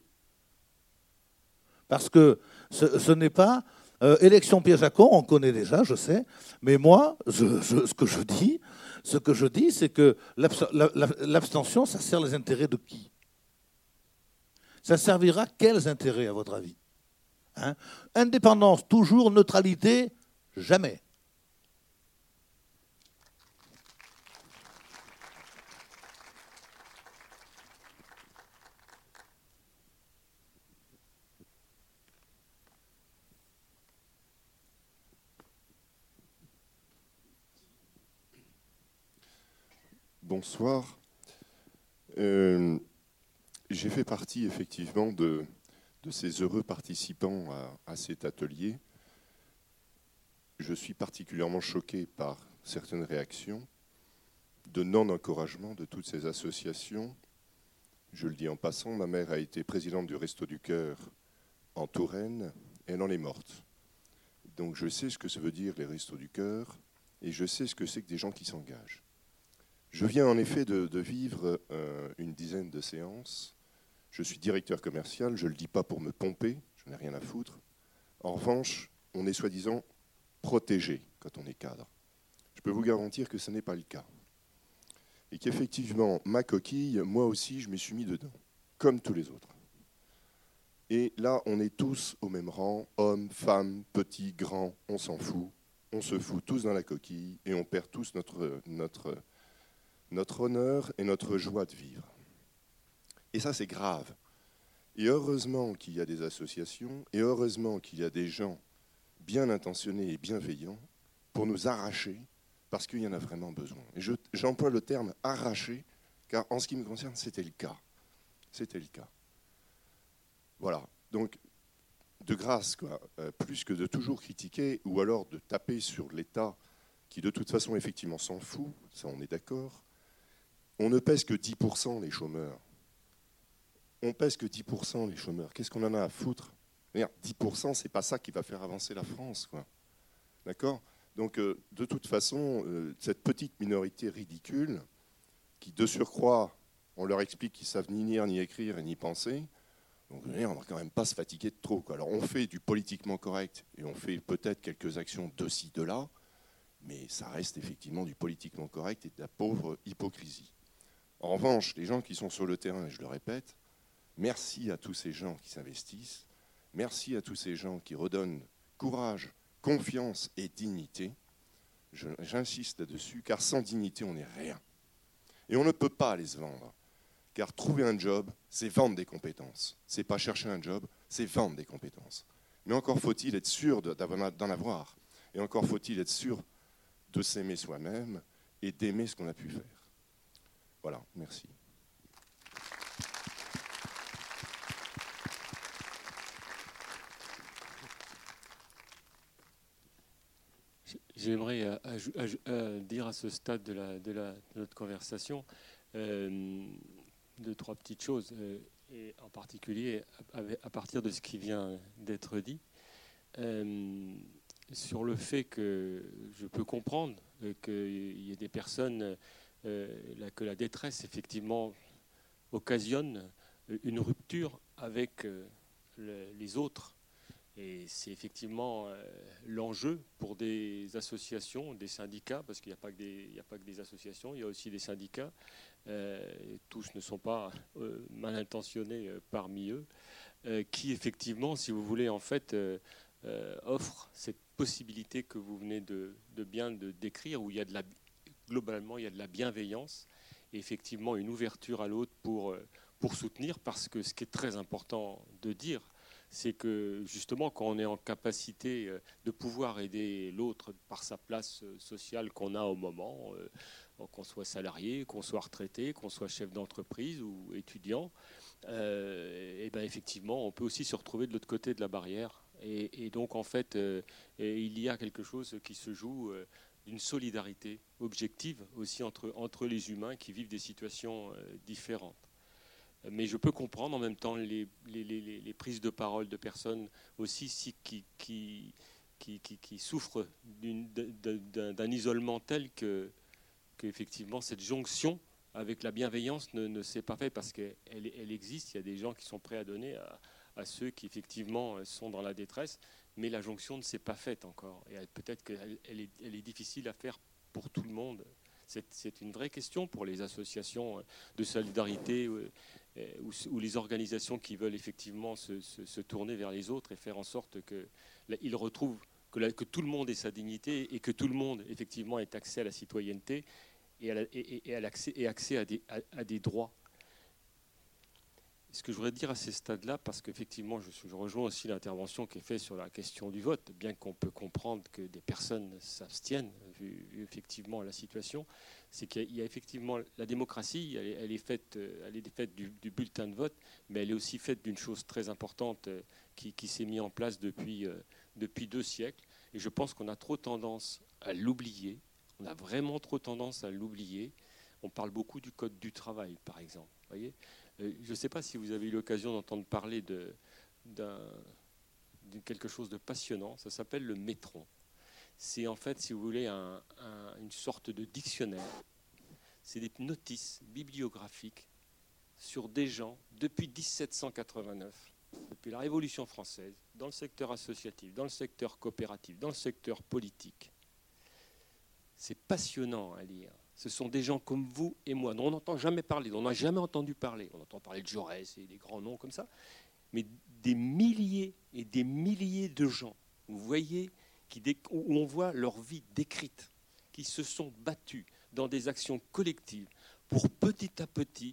Parce que ce, ce n'est pas... Euh, élection piège à con, on connaît déjà, je sais. Mais moi, je, je, ce que je dis, ce que je dis, c'est que l'abstention, ça sert les intérêts de qui? Ça servira quels intérêts, à votre avis? Hein? Indépendance, toujours. Neutralité, jamais. Bonsoir. Euh, j'ai fait partie effectivement de, de ces heureux participants à, à cet atelier. Je suis particulièrement choqué par certaines réactions de non-encouragement de toutes ces associations. Je le dis en passant, ma mère a été présidente du Resto du Cœur en Touraine, elle en est morte. Donc je sais ce que ça veut dire les Restos du Cœur, et je sais ce que c'est que des gens qui s'engagent. Je viens en effet de, de vivre euh, une dizaine de séances. Je suis directeur commercial, je ne le dis pas pour me pomper, je n'ai rien à foutre. En revanche, on est soi-disant protégé quand on est cadre. Je peux vous garantir que ce n'est pas le cas. Et qu'effectivement, ma coquille, moi aussi, je me suis mis dedans, comme tous les autres. Et là, on est tous au même rang, hommes, femmes, petits, grands, on s'en fout. On se fout tous dans la coquille et on perd tous notre... notre notre honneur et notre joie de vivre. Et ça, c'est grave. Et heureusement qu'il y a des associations, et heureusement qu'il y a des gens bien intentionnés et bienveillants pour nous arracher, parce qu'il y en a vraiment besoin. Et je, j'emploie le terme « arracher », car en ce qui me concerne, c'était le cas. C'était le cas. Voilà. Donc, de grâce, quoi, euh, plus que de toujours critiquer, ou alors de taper sur l'État, qui de toute façon, effectivement, s'en fout, ça on est d'accord. On ne pèse que dix pour cent les chômeurs. On pèse que dix pour cent les chômeurs. Qu'est-ce qu'on en a à foutre? dix pour cent, c'est pas ça qui va faire avancer la France, quoi. D'accord? Donc, euh, de toute façon, euh, cette petite minorité ridicule, qui de surcroît, on leur explique qu'ils savent ni lire, ni écrire, et ni penser, donc on ne va quand même pas se fatiguer de trop, quoi. Alors, on fait du politiquement correct, et on fait peut-être quelques actions de ci, de là, mais ça reste effectivement du politiquement correct et de la pauvre hypocrisie. En revanche, les gens qui sont sur le terrain, et je le répète, merci à tous ces gens qui s'investissent, merci à tous ces gens qui redonnent courage, confiance et dignité. Je, j'insiste là-dessus, car sans dignité, on n'est rien. Et on ne peut pas aller se vendre, car trouver un job, c'est vendre des compétences. C'est pas chercher un job, c'est vendre des compétences. Mais encore faut-il être sûr de, d'en avoir, et encore faut-il être sûr de s'aimer soi-même et d'aimer ce qu'on a pu faire. Voilà, merci. J'aimerais euh, euh, dire à ce stade de, la, de, la, de notre conversation euh, deux, trois petites choses, euh, et en particulier à, à partir de ce qui vient d'être dit. Euh, sur le fait que je peux comprendre qu'il y ait des personnes, euh, que la détresse, effectivement, occasionne une rupture avec euh, le, les autres. Et c'est effectivement euh, l'enjeu pour des associations, des syndicats, parce qu'il n'y a pas que des, il n'y a pas que des associations, il y a aussi des syndicats. Euh, tous ne sont pas euh, mal intentionnés euh, parmi eux, euh, qui effectivement, si vous voulez, en fait, euh, euh, offrent cette possibilité que vous venez de, de bien de décrire, où il y a de la, globalement, il y a de la bienveillance et effectivement une ouverture à l'autre pour, pour soutenir, parce que ce qui est très important de dire, c'est que justement quand on est en capacité de pouvoir aider l'autre par sa place sociale qu'on a au moment, qu'on soit salarié, qu'on soit retraité, qu'on soit chef d'entreprise ou étudiant, euh, et ben effectivement on peut aussi se retrouver de l'autre côté de la barrière. Et, et donc en fait euh, il y a quelque chose qui se joue, euh, d'une solidarité objective aussi entre, entre les humains qui vivent des situations euh, différentes. Mais je peux comprendre en même temps les, les, les, les prises de parole de personnes aussi si, qui, qui, qui, qui, qui souffrent d'une, d'un, d'un isolement tel que, qu'effectivement cette jonction avec la bienveillance ne, ne s'est pas faite, parce qu'elle elle existe. Il y a des gens qui sont prêts à donner à, à ceux qui effectivement sont dans la détresse, mais la jonction ne s'est pas faite encore. Et elle, peut-être qu'elle elle est, elle est difficile à faire pour tout le monde. C'est, c'est une vraie question pour les associations de solidarité ou, ou les organisations qui veulent effectivement se, se, se tourner vers les autres et faire en sorte qu'ils retrouvent que, la, que tout le monde ait sa dignité et que tout le monde effectivement ait accès à la citoyenneté et, à la, et, et, à l'accès, et accès à des, à, à des droits. Ce que je voudrais dire à ces stades-là, parce qu'effectivement, je, je rejoins aussi l'intervention qui est faite sur la question du vote, bien qu'on peut comprendre que des personnes s'abstiennent, vu, vu effectivement la situation, c'est qu'il y a effectivement la démocratie, elle est, elle est faite, elle est faite du, du bulletin de vote, mais elle est aussi faite d'une chose très importante qui, qui s'est mise en place depuis, euh, depuis deux siècles. Et je pense qu'on a trop tendance à l'oublier. On a vraiment trop tendance à l'oublier. On parle beaucoup du code du travail, par exemple. Voyez ? Je ne sais pas si vous avez eu l'occasion d'entendre parler de, d'un, de quelque chose de passionnant. Ça s'appelle le métron. C'est en fait, si vous voulez, un, un, une sorte de dictionnaire. C'est des notices bibliographiques sur des gens depuis dix-sept cent quatre-vingt-neuf, depuis la Révolution française, dans le secteur associatif, dans le secteur coopératif, dans le secteur politique. C'est passionnant à lire. Ce sont des gens comme vous et moi, dont on n'entend jamais parler, dont on n'a jamais entendu parler. On entend parler de Jaurès et des grands noms comme ça, mais des milliers et des milliers de gens, vous voyez, qui, où on voit leur vie décrite, qui se sont battus dans des actions collectives pour petit à petit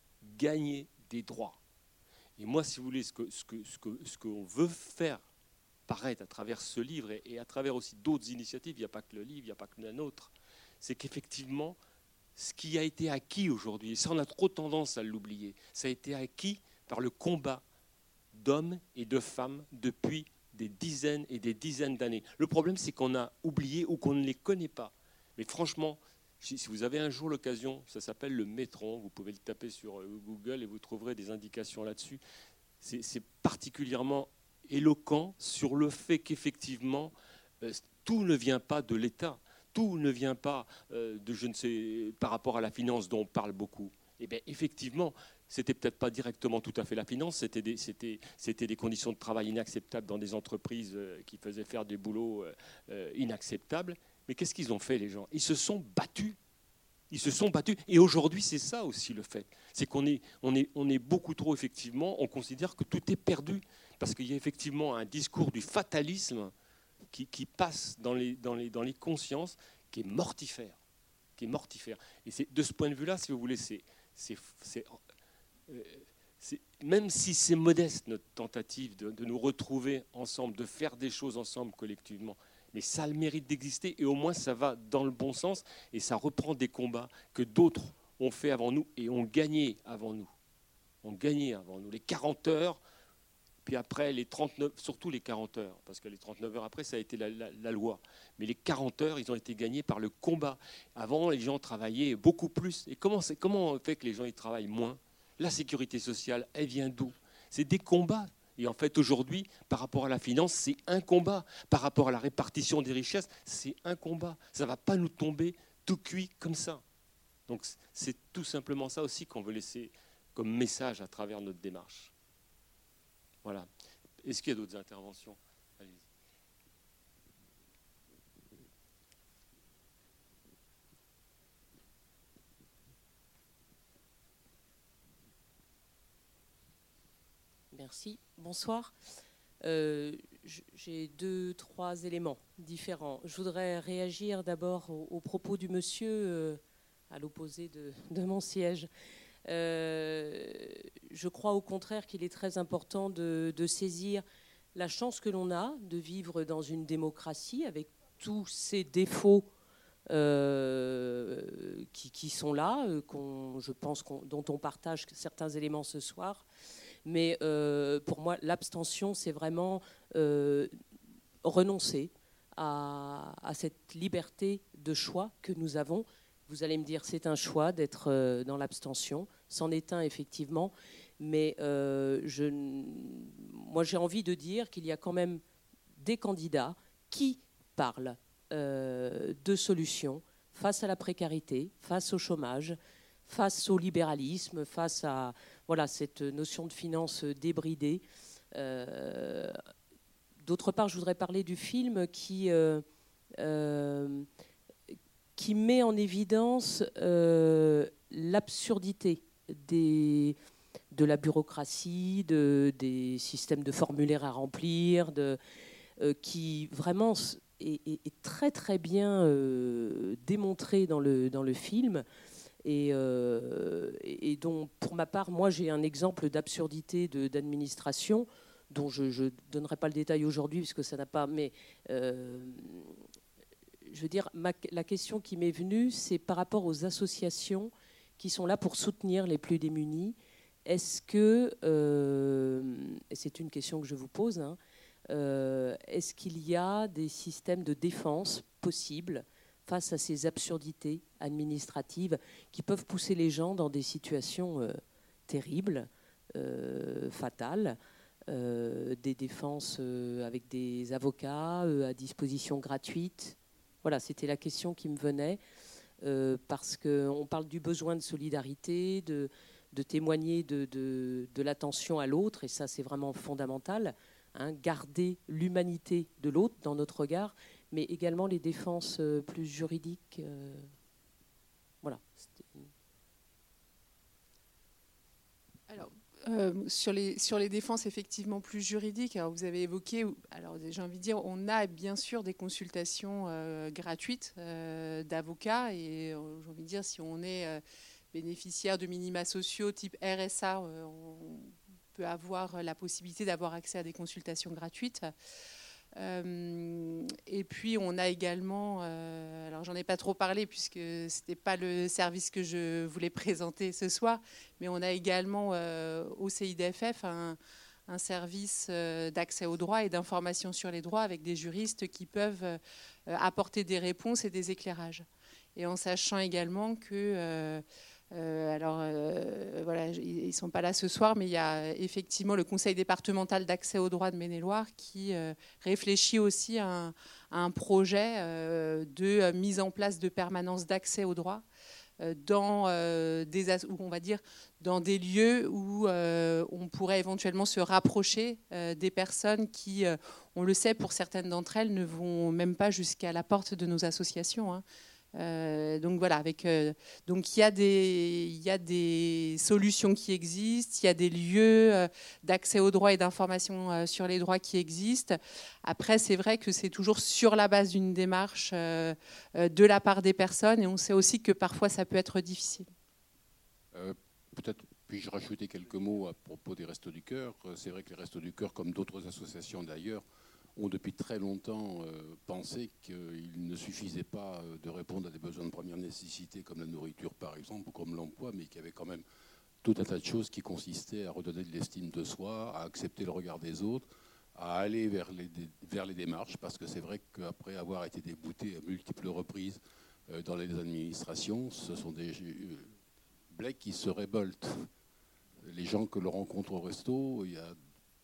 gagner des droits. Et moi, si vous voulez, ce que, ce que, ce que, ce qu'on veut faire paraître à travers ce livre et, et à travers aussi d'autres initiatives, il n'y a pas que le livre, il n'y a pas que la nôtre, c'est qu'effectivement, ce qui a été acquis aujourd'hui, et ça on a trop tendance à l'oublier, ça a été acquis par le combat d'hommes et de femmes depuis des dizaines et des dizaines d'années. Le problème, c'est qu'on a oublié ou qu'on ne les connaît pas. Mais franchement, si vous avez un jour l'occasion, ça s'appelle le métron, vous pouvez le taper sur Google et vous trouverez des indications là-dessus. C'est, c'est particulièrement éloquent sur le fait qu'effectivement, euh, tout ne vient pas de l'État. Tout ne vient pas euh, de, je ne sais, par rapport à la finance dont on parle beaucoup. Eh bien, effectivement, c'était peut-être pas directement tout à fait la finance, c'était des, c'était, c'était des conditions de travail inacceptables dans des entreprises euh, qui faisaient faire des boulots euh, inacceptables. Mais qu'est-ce qu'ils ont fait, les gens ? Ils se sont battus. Ils se sont battus. Et aujourd'hui, c'est ça aussi le fait. C'est qu'on est, on est, on est beaucoup trop, effectivement, on considère que tout est perdu. Parce qu'il y a effectivement un discours du fatalisme Qui, qui passe dans les, dans, les, dans les consciences, qui est mortifère. Qui est mortifère. Et c'est, de ce point de vue-là, si vous voulez, c'est, c'est, c'est, euh, c'est, même si c'est modeste, notre tentative de, de nous retrouver ensemble, de faire des choses ensemble collectivement, mais ça a le mérite d'exister, et au moins ça va dans le bon sens, et ça reprend des combats que d'autres ont fait avant nous, et ont gagné avant nous. Ont gagné avant nous. Les quarante heures, puis après, les trente-neuf, surtout les quarante heures, parce que les trente-neuf heures après, ça a été la, la, la loi. Mais les quarante heures, ils ont été gagnés par le combat. Avant, les gens travaillaient beaucoup plus. Et comment, c'est, comment on fait que les gens ils travaillent moins ? La sécurité sociale, elle vient d'où ? C'est des combats. Et en fait, aujourd'hui, par rapport à la finance, c'est un combat. Par rapport à la répartition des richesses, c'est un combat. Ça ne va pas nous tomber tout cuit comme ça. Donc c'est tout simplement ça aussi qu'on veut laisser comme message à travers notre démarche. Voilà. Est-ce qu'il y a d'autres interventions ? Allez-y. Merci. Bonsoir. Euh, J'ai deux, trois éléments différents. Je voudrais réagir d'abord aux, aux propos du monsieur euh, à l'opposé de, de mon siège. Euh, je crois au contraire qu'il est très important de, de saisir la chance que l'on a de vivre dans une démocratie avec tous ses défauts euh, qui, qui sont là, euh, qu'on, je pense qu'on, dont on partage certains éléments ce soir. Mais euh, pour moi, l'abstention, c'est vraiment euh, renoncer à, à cette liberté de choix que nous avons. Vous allez me dire, c'est un choix d'être euh, dans l'abstention. C'en est un, effectivement. Mais euh, je, moi, j'ai envie de dire qu'il y a quand même des candidats qui parlent euh, de solutions face à la précarité, face au chômage, face au libéralisme, face à voilà, cette notion de finance débridée. Euh, d'autre part, je voudrais parler du film qui, euh, euh, qui met en évidence euh, l'absurdité des, de la bureaucratie, de, des systèmes de formulaires à remplir, de, euh, qui vraiment est, est, est très très bien euh, démontré dans le, dans le film. Et, euh, et dont, pour ma part, moi, j'ai un exemple d'absurdité de, d'administration dont je ne donnerai pas le détail aujourd'hui, puisque ça n'a pas... Mais euh, je veux dire, ma, la question qui m'est venue, c'est par rapport aux associations qui sont là pour soutenir les plus démunis. Est-ce que... Euh, et c'est une question que je vous pose, hein, euh, est-ce qu'il y a des systèmes de défense possibles face à ces absurdités administratives qui peuvent pousser les gens dans des situations euh, terribles, euh, fatales, euh, des défenses euh, avec des avocats euh, à disposition gratuite. Voilà, c'était la question qui me venait, euh, parce qu'on parle du besoin de solidarité, de, de témoigner de, de, de l'attention à l'autre, et ça c'est vraiment fondamental, hein, garder l'humanité de l'autre dans notre regard, mais également les défenses euh, plus juridiques. Euh, voilà. Alors, euh, sur, les, sur les défenses effectivement plus juridiques, alors vous avez évoqué, alors j'ai envie de dire, on a bien sûr des consultations euh, gratuites euh, d'avocats, et euh, j'ai envie de dire, si on est euh, bénéficiaire de minima sociaux type R S A, euh, on peut avoir la possibilité d'avoir accès à des consultations gratuites. Euh, et puis on a également, euh, alors j'en ai pas trop parlé puisque c'était pas le service que je voulais présenter ce soir, mais on a également euh, au C I D F F un, un service euh, d'accès aux droits et d'information sur les droits avec des juristes qui peuvent euh, apporter des réponses et des éclairages. Et en sachant également que euh, Euh, alors, euh, voilà, ils ne sont pas là ce soir, mais il y a effectivement le conseil départemental d'accès aux droits de Maine-et-Loire qui euh, réfléchit aussi à un, à un projet euh, de mise en place de permanence d'accès aux droits euh, dans, euh, des, où on va dire, dans des lieux où euh, on pourrait éventuellement se rapprocher euh, des personnes qui, euh, on le sait, pour certaines d'entre elles, ne vont même pas jusqu'à la porte de nos associations, hein. Euh, donc voilà, avec, euh, donc il y a des, il y a des solutions qui existent, il y a des lieux euh, d'accès aux droits et d'information euh, sur les droits qui existent. Après, c'est vrai que c'est toujours sur la base d'une démarche euh, euh, de la part des personnes, et on sait aussi que parfois ça peut être difficile. Euh, peut-être puis-je rajouter quelques mots à propos des Restos du Cœur. C'est vrai que les Restos du Cœur, comme d'autres associations d'ailleurs, ont depuis très longtemps euh, pensé qu'il ne suffisait pas euh, de répondre à des besoins de première nécessité comme la nourriture par exemple, ou comme l'emploi, mais qu'il y avait quand même tout un tas de choses qui consistaient à redonner de l'estime de soi, à accepter le regard des autres, à aller vers les, vers les démarches, parce que c'est vrai qu'après avoir été débouté à multiples reprises euh, dans les administrations, ce sont des euh, blecs qui se révoltent. Les gens que l'on rencontre au resto, il y a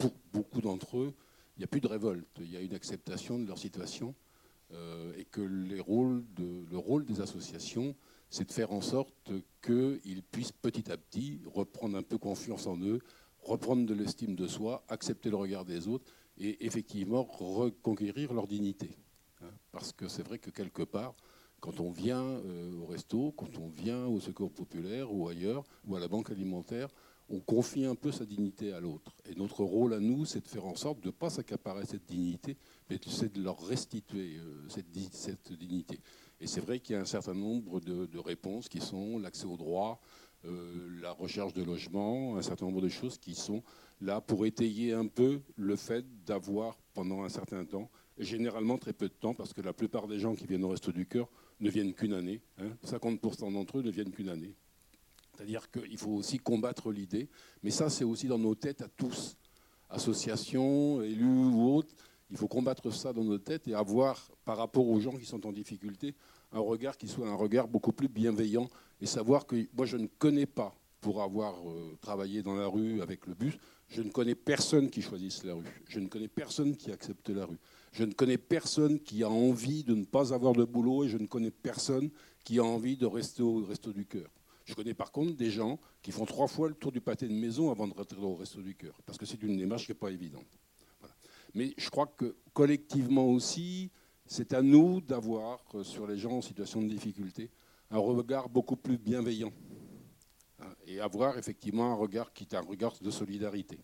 pour beaucoup d'entre eux, il n'y a plus de révolte, il y a une acceptation de leur situation euh, et que les rôles de, le rôle des associations, c'est de faire en sorte qu'ils puissent petit à petit reprendre un peu confiance en eux, reprendre de l'estime de soi, accepter le regard des autres et effectivement reconquérir leur dignité. Parce que c'est vrai que quelque part, quand on vient euh, au resto, quand on vient au Secours populaire ou ailleurs, ou à la banque alimentaire, on confie un peu sa dignité à l'autre. Et notre rôle à nous, c'est de faire en sorte de ne pas s'accaparer cette dignité, mais c'est de leur restituer euh, cette, cette dignité. Et c'est vrai qu'il y a un certain nombre de, de réponses qui sont l'accès au droit, euh, la recherche de logement, un certain nombre de choses qui sont là pour étayer un peu le fait d'avoir, pendant un certain temps, et généralement très peu de temps, parce que la plupart des gens qui viennent au Resto du Cœur ne viennent qu'une année. Hein, cinquante pour cent d'entre eux ne viennent qu'une année. C'est-à-dire qu'il faut aussi combattre l'idée, mais ça c'est aussi dans nos têtes à tous, associations, élus ou autres, il faut combattre ça dans nos têtes et avoir, par rapport aux gens qui sont en difficulté, un regard qui soit un regard beaucoup plus bienveillant et savoir que moi je ne connais pas, pour avoir euh, travaillé dans la rue avec le bus, je ne connais personne qui choisisse la rue, je ne connais personne qui accepte la rue, je ne connais personne qui a envie de ne pas avoir de boulot et je ne connais personne qui a envie de rester au Resto du Cœur. Je connais par contre des gens qui font trois fois le tour du pâté de maison avant de rentrer au Resto du Cœur, parce que c'est une démarche qui n'est pas évidente. Voilà. Mais je crois que collectivement aussi, c'est à nous d'avoir, sur les gens en situation de difficulté, un regard beaucoup plus bienveillant. Et avoir effectivement un regard qui est un regard de solidarité.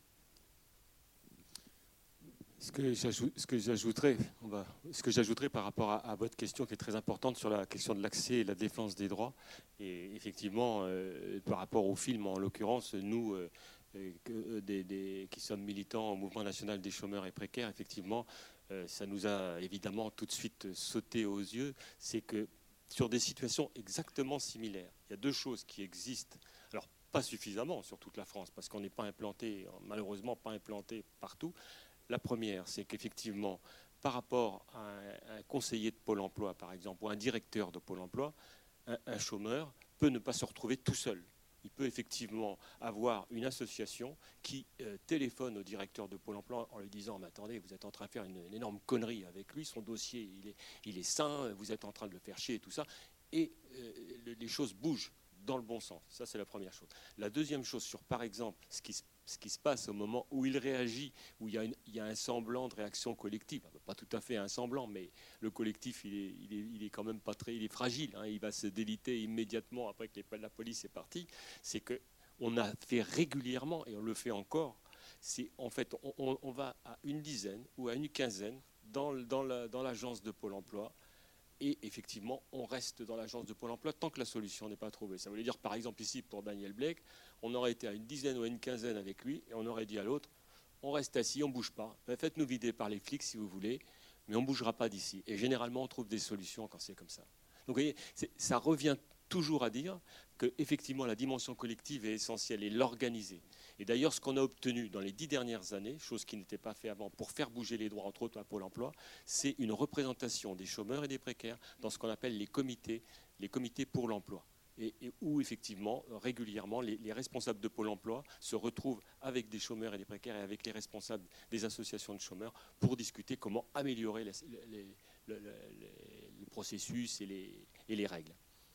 Ce que j'ajouterais, ce que j'ajouterais par rapport à, à votre question qui est très importante sur la question de l'accès et la défense des droits, et effectivement euh, par rapport au film en l'occurrence, nous euh, euh, des, des, qui sommes militants au mouvement national des chômeurs et précaires, effectivement euh, ça nous a évidemment tout de suite sauté aux yeux, c'est que sur des situations exactement similaires, il y a deux choses qui existent. Alors, pas suffisamment sur toute la France, parce qu'on n'est pas implanté, malheureusement pas implanté partout. La première, c'est qu'effectivement, par rapport à un, un conseiller de Pôle emploi, par exemple, ou un directeur de Pôle emploi, un, un chômeur peut ne pas se retrouver tout seul. Il peut effectivement avoir une association qui euh, téléphone au directeur de Pôle emploi en lui disant « Mais attendez, vous êtes en train de faire une, une énorme connerie avec lui, son dossier, il est, il est sain, vous êtes en train de le faire chier et tout ça. » Et euh, les choses bougent dans le bon sens. Ça, c'est la première chose. La deuxième chose, sur par exemple ce qui, ce qui se passe au moment où il réagit, où il y a, une, il y a un semblant de réaction collective, pas tout à fait un semblant, mais le collectif, il est, il est, il est quand même pas très, il est fragile, hein, il va se déliter immédiatement après que la police est partie. C'est qu'on a fait régulièrement, et on le fait encore, c'est en fait, on, on, on va à une dizaine ou à une quinzaine dans, dans, la, dans l'agence de Pôle emploi. Et effectivement, on reste dans l'agence de Pôle emploi tant que la solution n'est pas trouvée. Ça veut dire, par exemple, ici, pour Daniel Blake, on aurait été à une dizaine ou à une quinzaine avec lui, et on aurait dit à l'autre, on reste assis, on ne bouge pas. Faites-nous vider par les flics si vous voulez, mais on ne bougera pas d'ici. Et généralement, on trouve des solutions quand c'est comme ça. Donc, vous voyez, ça revient toujours à dire qu'effectivement, la dimension collective est essentielle et l'organiser. Et d'ailleurs, ce qu'on a obtenu dans les dix dernières années, chose qui n'était pas fait avant, pour faire bouger les droits, entre autres à Pôle emploi, c'est une représentation des chômeurs et des précaires dans ce qu'on appelle les comités, les comités pour l'emploi. Et, et où, effectivement, régulièrement, les, les responsables de Pôle emploi se retrouvent avec des chômeurs et des précaires et avec les responsables des associations de chômeurs pour discuter comment améliorer les, les, les, les, les processus et les, et les règles.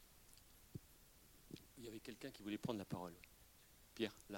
Il y avait quelqu'un qui voulait prendre la parole. Pierre, là.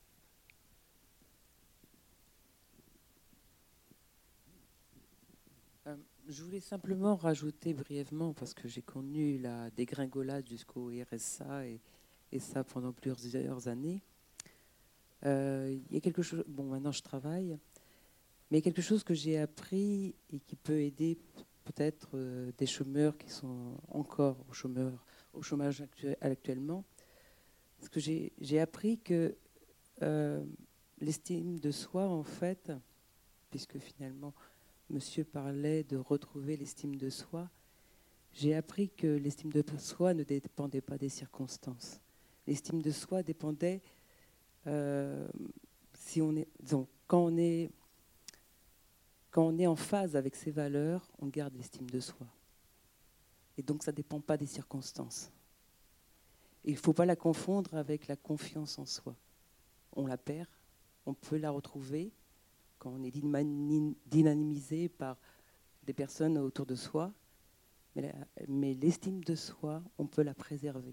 Je voulais simplement rajouter brièvement, parce que j'ai connu la dégringolade jusqu'au R S A et, et ça pendant plusieurs années. Euh, il y a quelque chose, bon maintenant je travaille, mais quelque chose que j'ai appris et qui peut aider peut-être euh, des chômeurs qui sont encore au, chômeur, au chômage actuel, actuellement. Parce que j'ai, j'ai appris que euh, l'estime de soi, en fait, puisque finalement monsieur parlait de retrouver l'estime de soi, j'ai appris que l'estime de soi ne dépendait pas des circonstances. L'estime de soi dépendait, euh, si on est, disons, quand on est, quand on est en phase avec ses valeurs, on garde l'estime de soi. Et donc ça ne dépend pas des circonstances. Et il ne faut pas la confondre avec la confiance en soi. On la perd, on peut la retrouver, quand on est dynamisé par des personnes autour de soi, mais, la, mais l'estime de soi, on peut la préserver.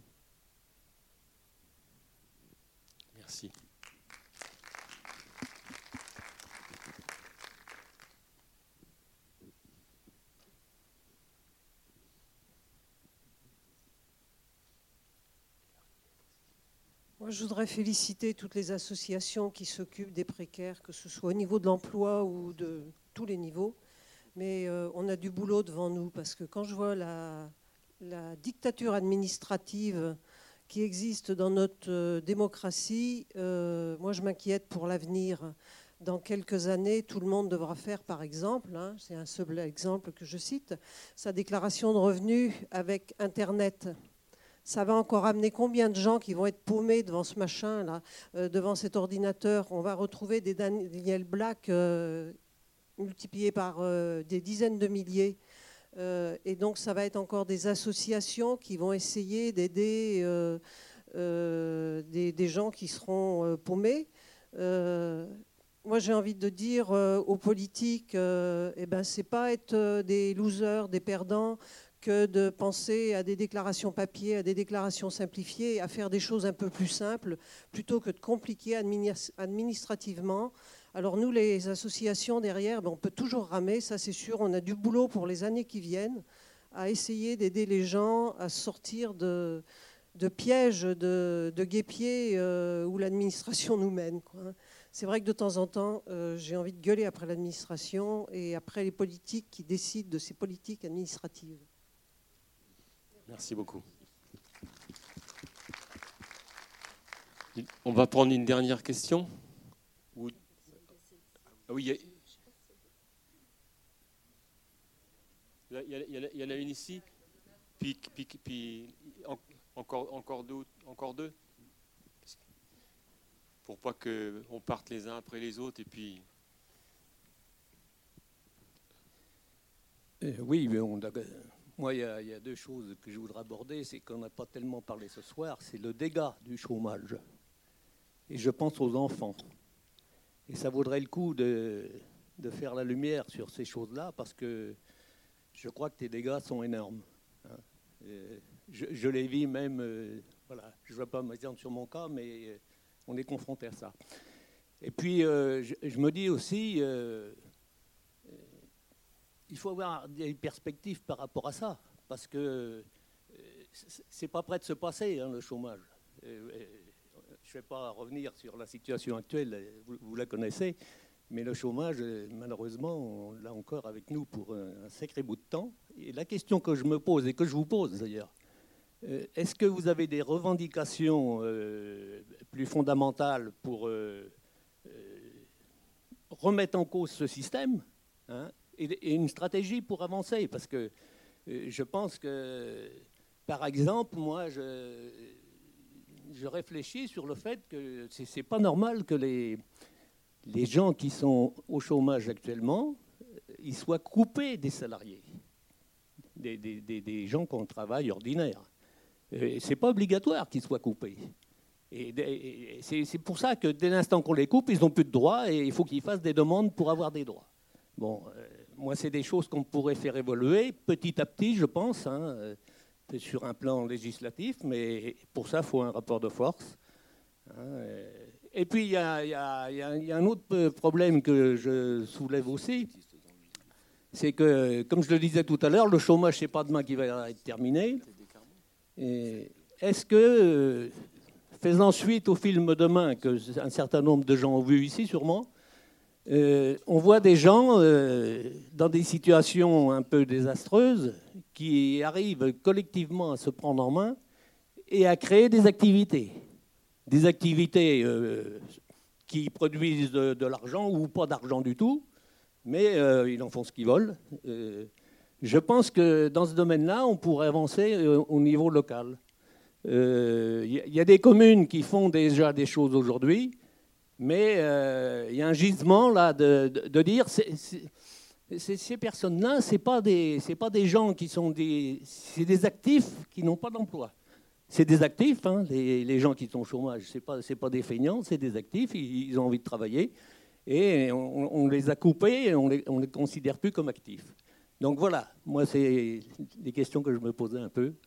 Merci. Moi, je voudrais féliciter toutes les associations qui s'occupent des précaires, que ce soit au niveau de l'emploi ou de tous les niveaux. Mais euh, on a du boulot devant nous, parce que quand je vois la, la dictature administrative qui existe dans notre euh, démocratie, euh, moi je m'inquiète pour l'avenir. Dans quelques années, tout le monde devra faire, par exemple, hein, c'est un seul exemple que je cite, sa déclaration de revenus avec Internet. Ça va encore amener combien de gens qui vont être paumés devant ce machin-là, euh, devant cet ordinateur? On va retrouver des Daniel Black euh, multipliés par euh, des dizaines de milliers. Euh, et donc, ça va être encore des associations qui vont essayer d'aider euh, euh, des, des gens qui seront euh, paumés. Euh, moi, j'ai envie de dire euh, aux politiques, euh, eh ben, c'est pas être euh, des losers, des perdants, que de penser à des déclarations papier, à des déclarations simplifiées, à faire des choses un peu plus simples, plutôt que de compliquer administrativement. Alors nous, les associations derrière, ben on peut toujours ramer, ça c'est sûr, on a du boulot pour les années qui viennent, à essayer d'aider les gens à sortir de, de pièges, de, de guêpiers euh, où l'administration nous mène, quoi. C'est vrai que de temps en temps, euh, j'ai envie de gueuler après l'administration et après les politiques qui décident de ces politiques administratives. Merci beaucoup. On va prendre une dernière question. Ah oui, il y, a... il, y a, il, y a, il y en a une ici, puis, puis, puis encore, encore deux, encore deux, pour pas qu'on parte les uns après les autres et puis. Euh, oui, mais on a. Moi, il y, a, il y a deux choses que je voudrais aborder. C'est qu'on n'a pas tellement parlé ce soir. C'est le dégât du chômage. Et je pense aux enfants. Et ça vaudrait le coup de, de faire la lumière sur ces choses-là, parce que je crois que les dégâts sont énormes. Hein. Je, je les vis même, euh, voilà, je ne vais pas m'étendre sur mon cas, mais on est confronté à ça. Et puis, euh, je, je me dis aussi... Euh, il faut avoir des perspectives par rapport à ça, parce que euh, c'est pas prêt de se passer, hein, le chômage. Euh, je ne vais pas revenir sur la situation actuelle, vous, vous la connaissez, mais le chômage, malheureusement, on l'a encore avec nous pour un, un sacré bout de temps. Et la question que je me pose, et que je vous pose d'ailleurs, euh, est-ce que vous avez des revendications euh, plus fondamentales pour euh, euh, remettre en cause ce système, hein, et une stratégie pour avancer, parce que je pense que, par exemple, moi, je, je réfléchis sur le fait que c'est, c'est pas normal que les, les gens qui sont au chômage actuellement, ils soient coupés des salariés, des, des, des, des gens qui ont un travail ordinaire. Et c'est pas obligatoire qu'ils soient coupés. Et, et c'est, c'est pour ça que dès l'instant qu'on les coupe, ils n'ont plus de droits et il faut qu'ils fassent des demandes pour avoir des droits. Bon, euh, moi, c'est des choses qu'on pourrait faire évoluer petit à petit, je pense, hein, euh, sur un plan législatif, mais pour ça, il faut un rapport de force. Hein, euh, et puis, il y a, y a, y a, y a un autre problème que je soulève aussi, c'est que, comme je le disais tout à l'heure, le chômage, ce n'est pas demain qui va être terminé. Et est-ce que, euh, faisant suite au film Demain, qu'un certain nombre de gens ont vu ici, sûrement, Euh, on voit des gens euh, dans des situations un peu désastreuses qui arrivent collectivement à se prendre en main et à créer des activités. Des activités euh, qui produisent de, de l'argent ou pas d'argent du tout, mais euh, ils en font ce qu'ils veulent. Euh, je pense que dans ce domaine-là, on pourrait avancer euh, au niveau local. Il euh, y, y a des communes qui font déjà des choses aujourd'hui, mais il euh, y a un gisement là de, de, de dire c'est, c'est, c'est, ces personnes-là, ce n'est pas, pas des gens qui sont des... C'est des actifs qui n'ont pas d'emploi. C'est des actifs, hein, les, les gens qui sont au chômage, ce n'est pas, c'est pas des feignants, c'est des actifs, ils, ils ont envie de travailler. et on, on les a coupés et on ne les, on les considère plus comme actifs. Donc voilà, moi, c'est des questions que je me posais un peu.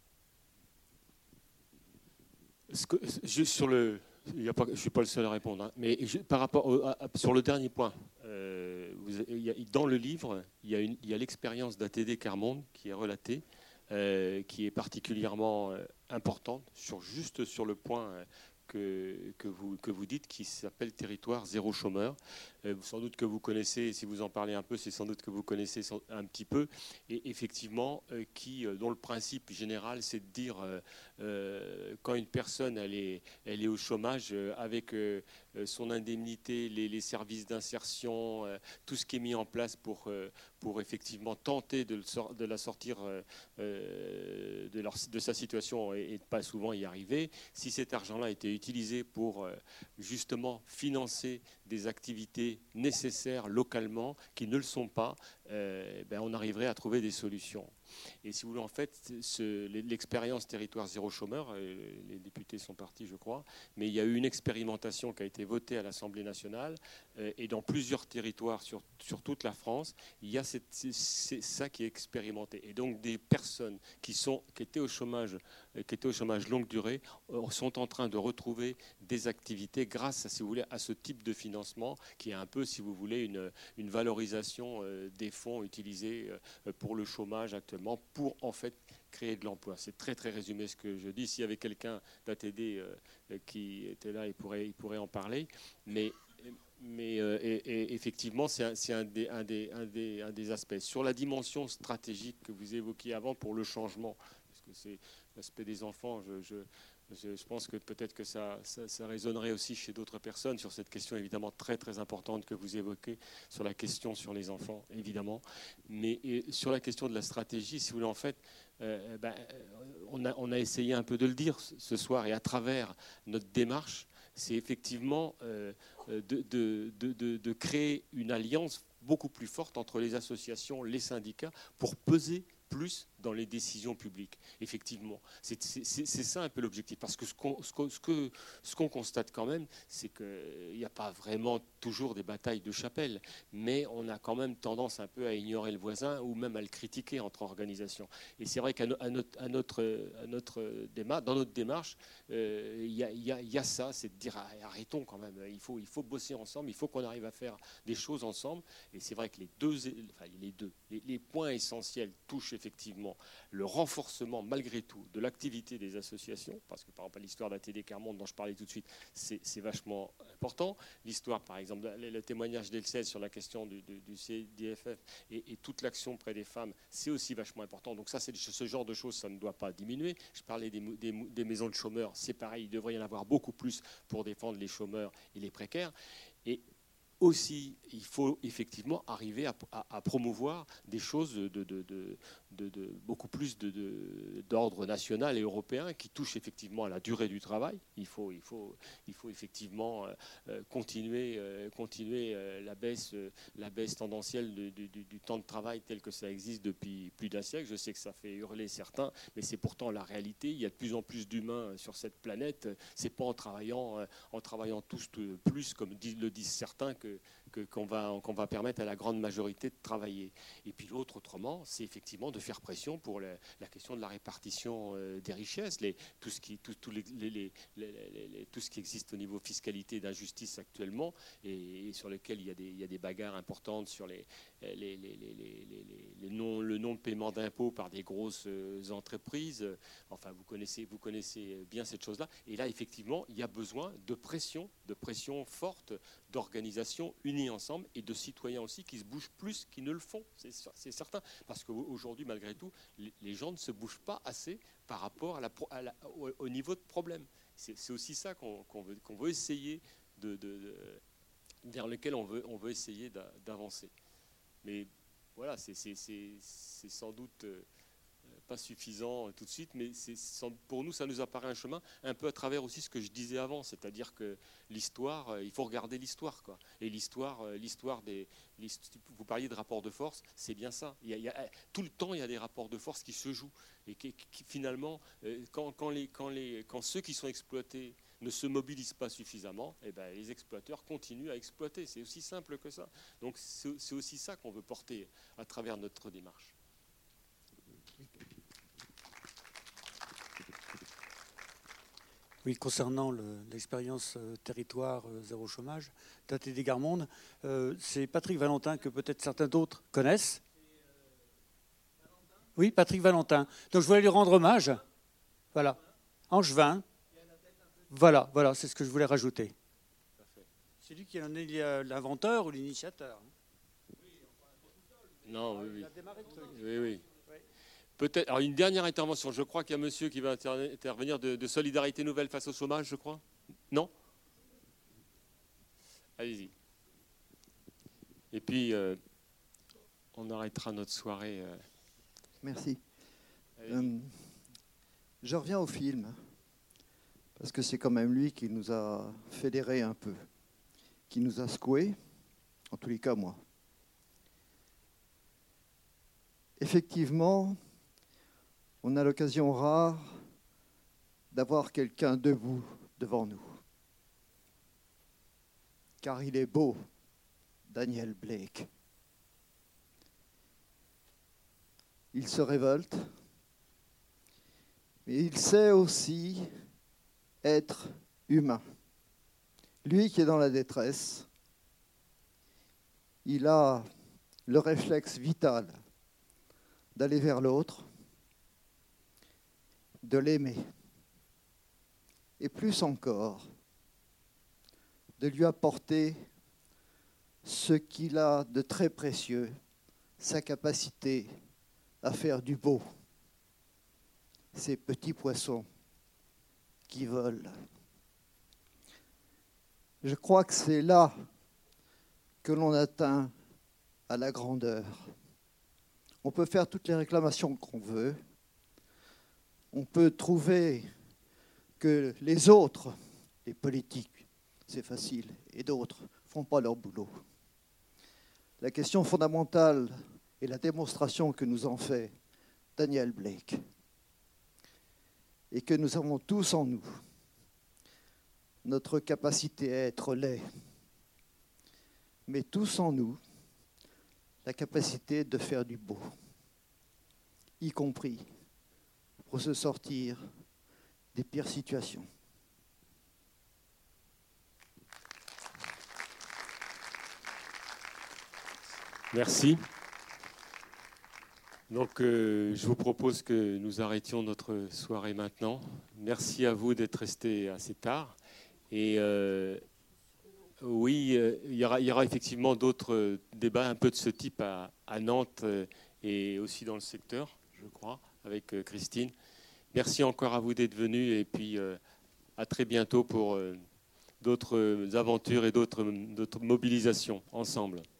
Ce que, juste sur le, il y a pas, je ne suis pas le seul à répondre, hein, mais je, par rapport au, à, sur le dernier point, euh, vous, il y a, dans le livre, il y a, une, il y a l'expérience d'A T D Quart-Monde qui est relatée, euh, qui est particulièrement euh, importante, sur, juste sur le point euh, que, que, vous, que vous dites, qui s'appelle Territoire zéro chômeur. Euh, sans doute que vous connaissez, si vous en parlez un peu, c'est sans doute que vous connaissez un petit peu, et effectivement, euh, qui, euh, dont le principe général, c'est de dire, euh, euh, quand une personne elle est, elle est au chômage, euh, avec euh, son indemnité, les, les services d'insertion, euh, tout ce qui est mis en place pour, euh, pour effectivement tenter de, le, de la sortir euh, de, leur, de sa situation et, et de pas souvent y arriver, si cet argent-là était utilisé pour euh, justement financer des activités nécessaires localement qui ne le sont pas, euh, ben on arriverait à trouver des solutions. Et si vous voulez, en fait, ce, l'expérience Territoire zéro chômeur, les députés sont partis, je crois, mais il y a eu une expérimentation qui a été votée à l'Assemblée nationale, euh, et dans plusieurs territoires sur, sur toute la France, il y a cette, c'est, c'est ça qui est expérimenté. Et donc des personnes qui, sont, qui, étaient, au chômage, qui étaient au chômage longue durée euh, sont en train de retrouver des activités grâce à, si vous voulez, à ce type de financement qui est un peu, si vous voulez, une, une valorisation euh, des fonds utilisés euh, pour le chômage actuellement, pour en fait créer de l'emploi. C'est très très résumé ce que je dis. S'il y avait quelqu'un d'A T D euh, qui était là, il pourrait, il pourrait en parler. Mais, mais euh, et, et effectivement, c'est, un, c'est un, des, un, des, un, des, un des aspects. Sur la dimension stratégique que vous évoquiez avant pour le changement, parce que c'est l'aspect des enfants, je, je Je pense que peut-être que ça, ça, ça résonnerait aussi chez d'autres personnes sur cette question évidemment très très importante que vous évoquez, sur la question sur les enfants, évidemment. Mais sur la question de la stratégie, si vous voulez, en fait, euh, ben, on, a, on a essayé un peu de le dire ce soir, et à travers notre démarche, c'est effectivement euh, de, de, de, de créer une alliance beaucoup plus forte entre les associations, les syndicats, pour peser plus dans les décisions publiques. Effectivement, c'est, c'est, c'est ça un peu l'objectif. Parce que ce qu'on, ce qu'on, ce que, ce qu'on constate quand même, c'est qu'il n'y a pas vraiment toujours des batailles de chapelle, mais on a quand même tendance un peu à ignorer le voisin ou même à le critiquer entre organisations. Et c'est vrai qu'à no, à notre, à notre, à notre démarche, dans notre démarche, euh, il y a, y a, y a ça, c'est de dire arrêtons quand même, il faut, il faut bosser ensemble, il faut qu'on arrive à faire des choses ensemble. Et c'est vrai que les deux, enfin, les, deux les, les points essentiels touchent effectivement le renforcement malgré tout de l'activité des associations, parce que par exemple l'histoire d'A T D Quart-Monde dont je parlais tout de suite, c'est, c'est vachement important. L'histoire par exemple, le, le témoignage d'Elsel sur la question du, du, du C D F F et, et toute l'action près des femmes, c'est aussi vachement important. Donc ça, c'est ce genre de choses, ça ne doit pas diminuer. Je parlais des, des, des maisons de chômeurs, c'est pareil, il devrait y en avoir beaucoup plus pour défendre les chômeurs et les précaires. Et aussi, il faut effectivement arriver à, à, à promouvoir des choses de, de, de, de, de beaucoup plus de, de, d'ordre national et européen qui touchent effectivement à la durée du travail. Il faut, il faut, il faut effectivement euh, continuer, euh, continuer euh, la, baisse, euh, la baisse tendancielle de, de, du, du temps de travail tel que ça existe depuis plus d'un siècle. Je sais que ça fait hurler certains, mais c'est pourtant la réalité. Il y a de plus en plus d'humains sur cette planète. C'est pas en travaillant, euh, en travaillant tous plus, comme disent, le disent certains, que Que, qu'on, va, qu'on va permettre à la grande majorité de travailler. Et puis l'autre, autrement, c'est effectivement de faire pression pour la, la question de la répartition euh, des richesses, les, tout, ce qui, tout, tout, les, les, les, les, les, tout ce qui existe au niveau fiscalité d'injustice actuellement, et, et sur lequel il y, a des, il y a des bagarres importantes sur les, les, les, les, les, les, les non, le non-paiement d'impôts par des grosses entreprises. Enfin, vous connaissez, vous connaissez bien cette chose-là. Et là, effectivement, il y a besoin de pression, de pression forte, d'organisations unies ensemble et de citoyens aussi qui se bougent plus qu'ils ne le font, c'est, c'est certain. Parce qu'aujourd'hui, malgré tout, les, les gens ne se bougent pas assez par rapport à la, à la, au, au niveau de problème. C'est, c'est aussi ça qu'on, qu'on, veut, qu'on veut essayer de, de, de, vers lequel on veut, on veut essayer d'avancer. Mais voilà, c'est, c'est, c'est, c'est sans doute pas suffisant tout de suite, mais c'est, pour nous, ça nous apparaît un chemin, un peu à travers aussi ce que je disais avant, c'est-à-dire que l'histoire, il faut regarder l'histoire, quoi. Et l'histoire, l'histoire des, vous parliez de rapports de force, c'est bien ça. Il y a, il y a, tout le temps, il y a des rapports de force qui se jouent et qui, qui finalement, quand, quand, les, quand, les, quand ceux qui sont exploités ne se mobilisent pas suffisamment, eh ben, les exploiteurs continuent à exploiter. C'est aussi simple que ça. Donc c'est, c'est aussi ça qu'on veut porter à travers notre démarche. Oui, concernant le, l'expérience euh, territoire euh, zéro chômage d'A T D Gare Monde, euh, c'est Patrick Valentin que peut-être certains d'autres connaissent. Oui, Patrick Valentin. Donc je voulais lui rendre hommage. Voilà. Angevin. Voilà, voilà, c'est ce que je voulais rajouter. C'est lui qui en est l'inventeur ou l'initiateur. Non, oui, oui. Oui, oui. Peut-être. Alors, une dernière intervention. Je crois qu'il y a un monsieur qui va intervenir de, de Solidarité Nouvelle face au chômage, je crois. Non ? Allez-y. Et puis, euh, on arrêtera notre soirée. Euh... Merci. Euh, je reviens au film, parce que c'est quand même lui qui nous a fédérés un peu, qui nous a secoués, en tous les cas moi. Effectivement, on a l'occasion rare d'avoir quelqu'un debout devant nous. Car il est beau, Daniel Blake. Il se révolte, mais il sait aussi être humain. Lui qui est dans la détresse, il a le réflexe vital d'aller vers l'autre, de l'aimer, et plus encore, de lui apporter ce qu'il a de très précieux, sa capacité à faire du beau, ces petits poissons qui volent. Je crois que c'est là que l'on atteint à la grandeur. On peut faire toutes les réclamations qu'on veut. On peut trouver que les autres, les politiques, c'est facile, et d'autres ne font pas leur boulot. La question fondamentale est la démonstration que nous en fait Daniel Blake, et que nous avons tous en nous notre capacité à être laid, mais tous en nous la capacité de faire du beau, y compris pour se sortir des pires situations. Merci. Donc, euh, je vous propose que nous arrêtions notre soirée maintenant. Merci à vous d'être restés assez tard. Et euh, oui, euh, il y aura, il y aura effectivement d'autres débats un peu de ce type à, à Nantes euh, et aussi dans le secteur, je crois, avec euh, Christine. Merci encore à vous d'être venus et puis euh, à très bientôt pour euh, d'autres aventures et d'autres, d'autres mobilisations ensemble.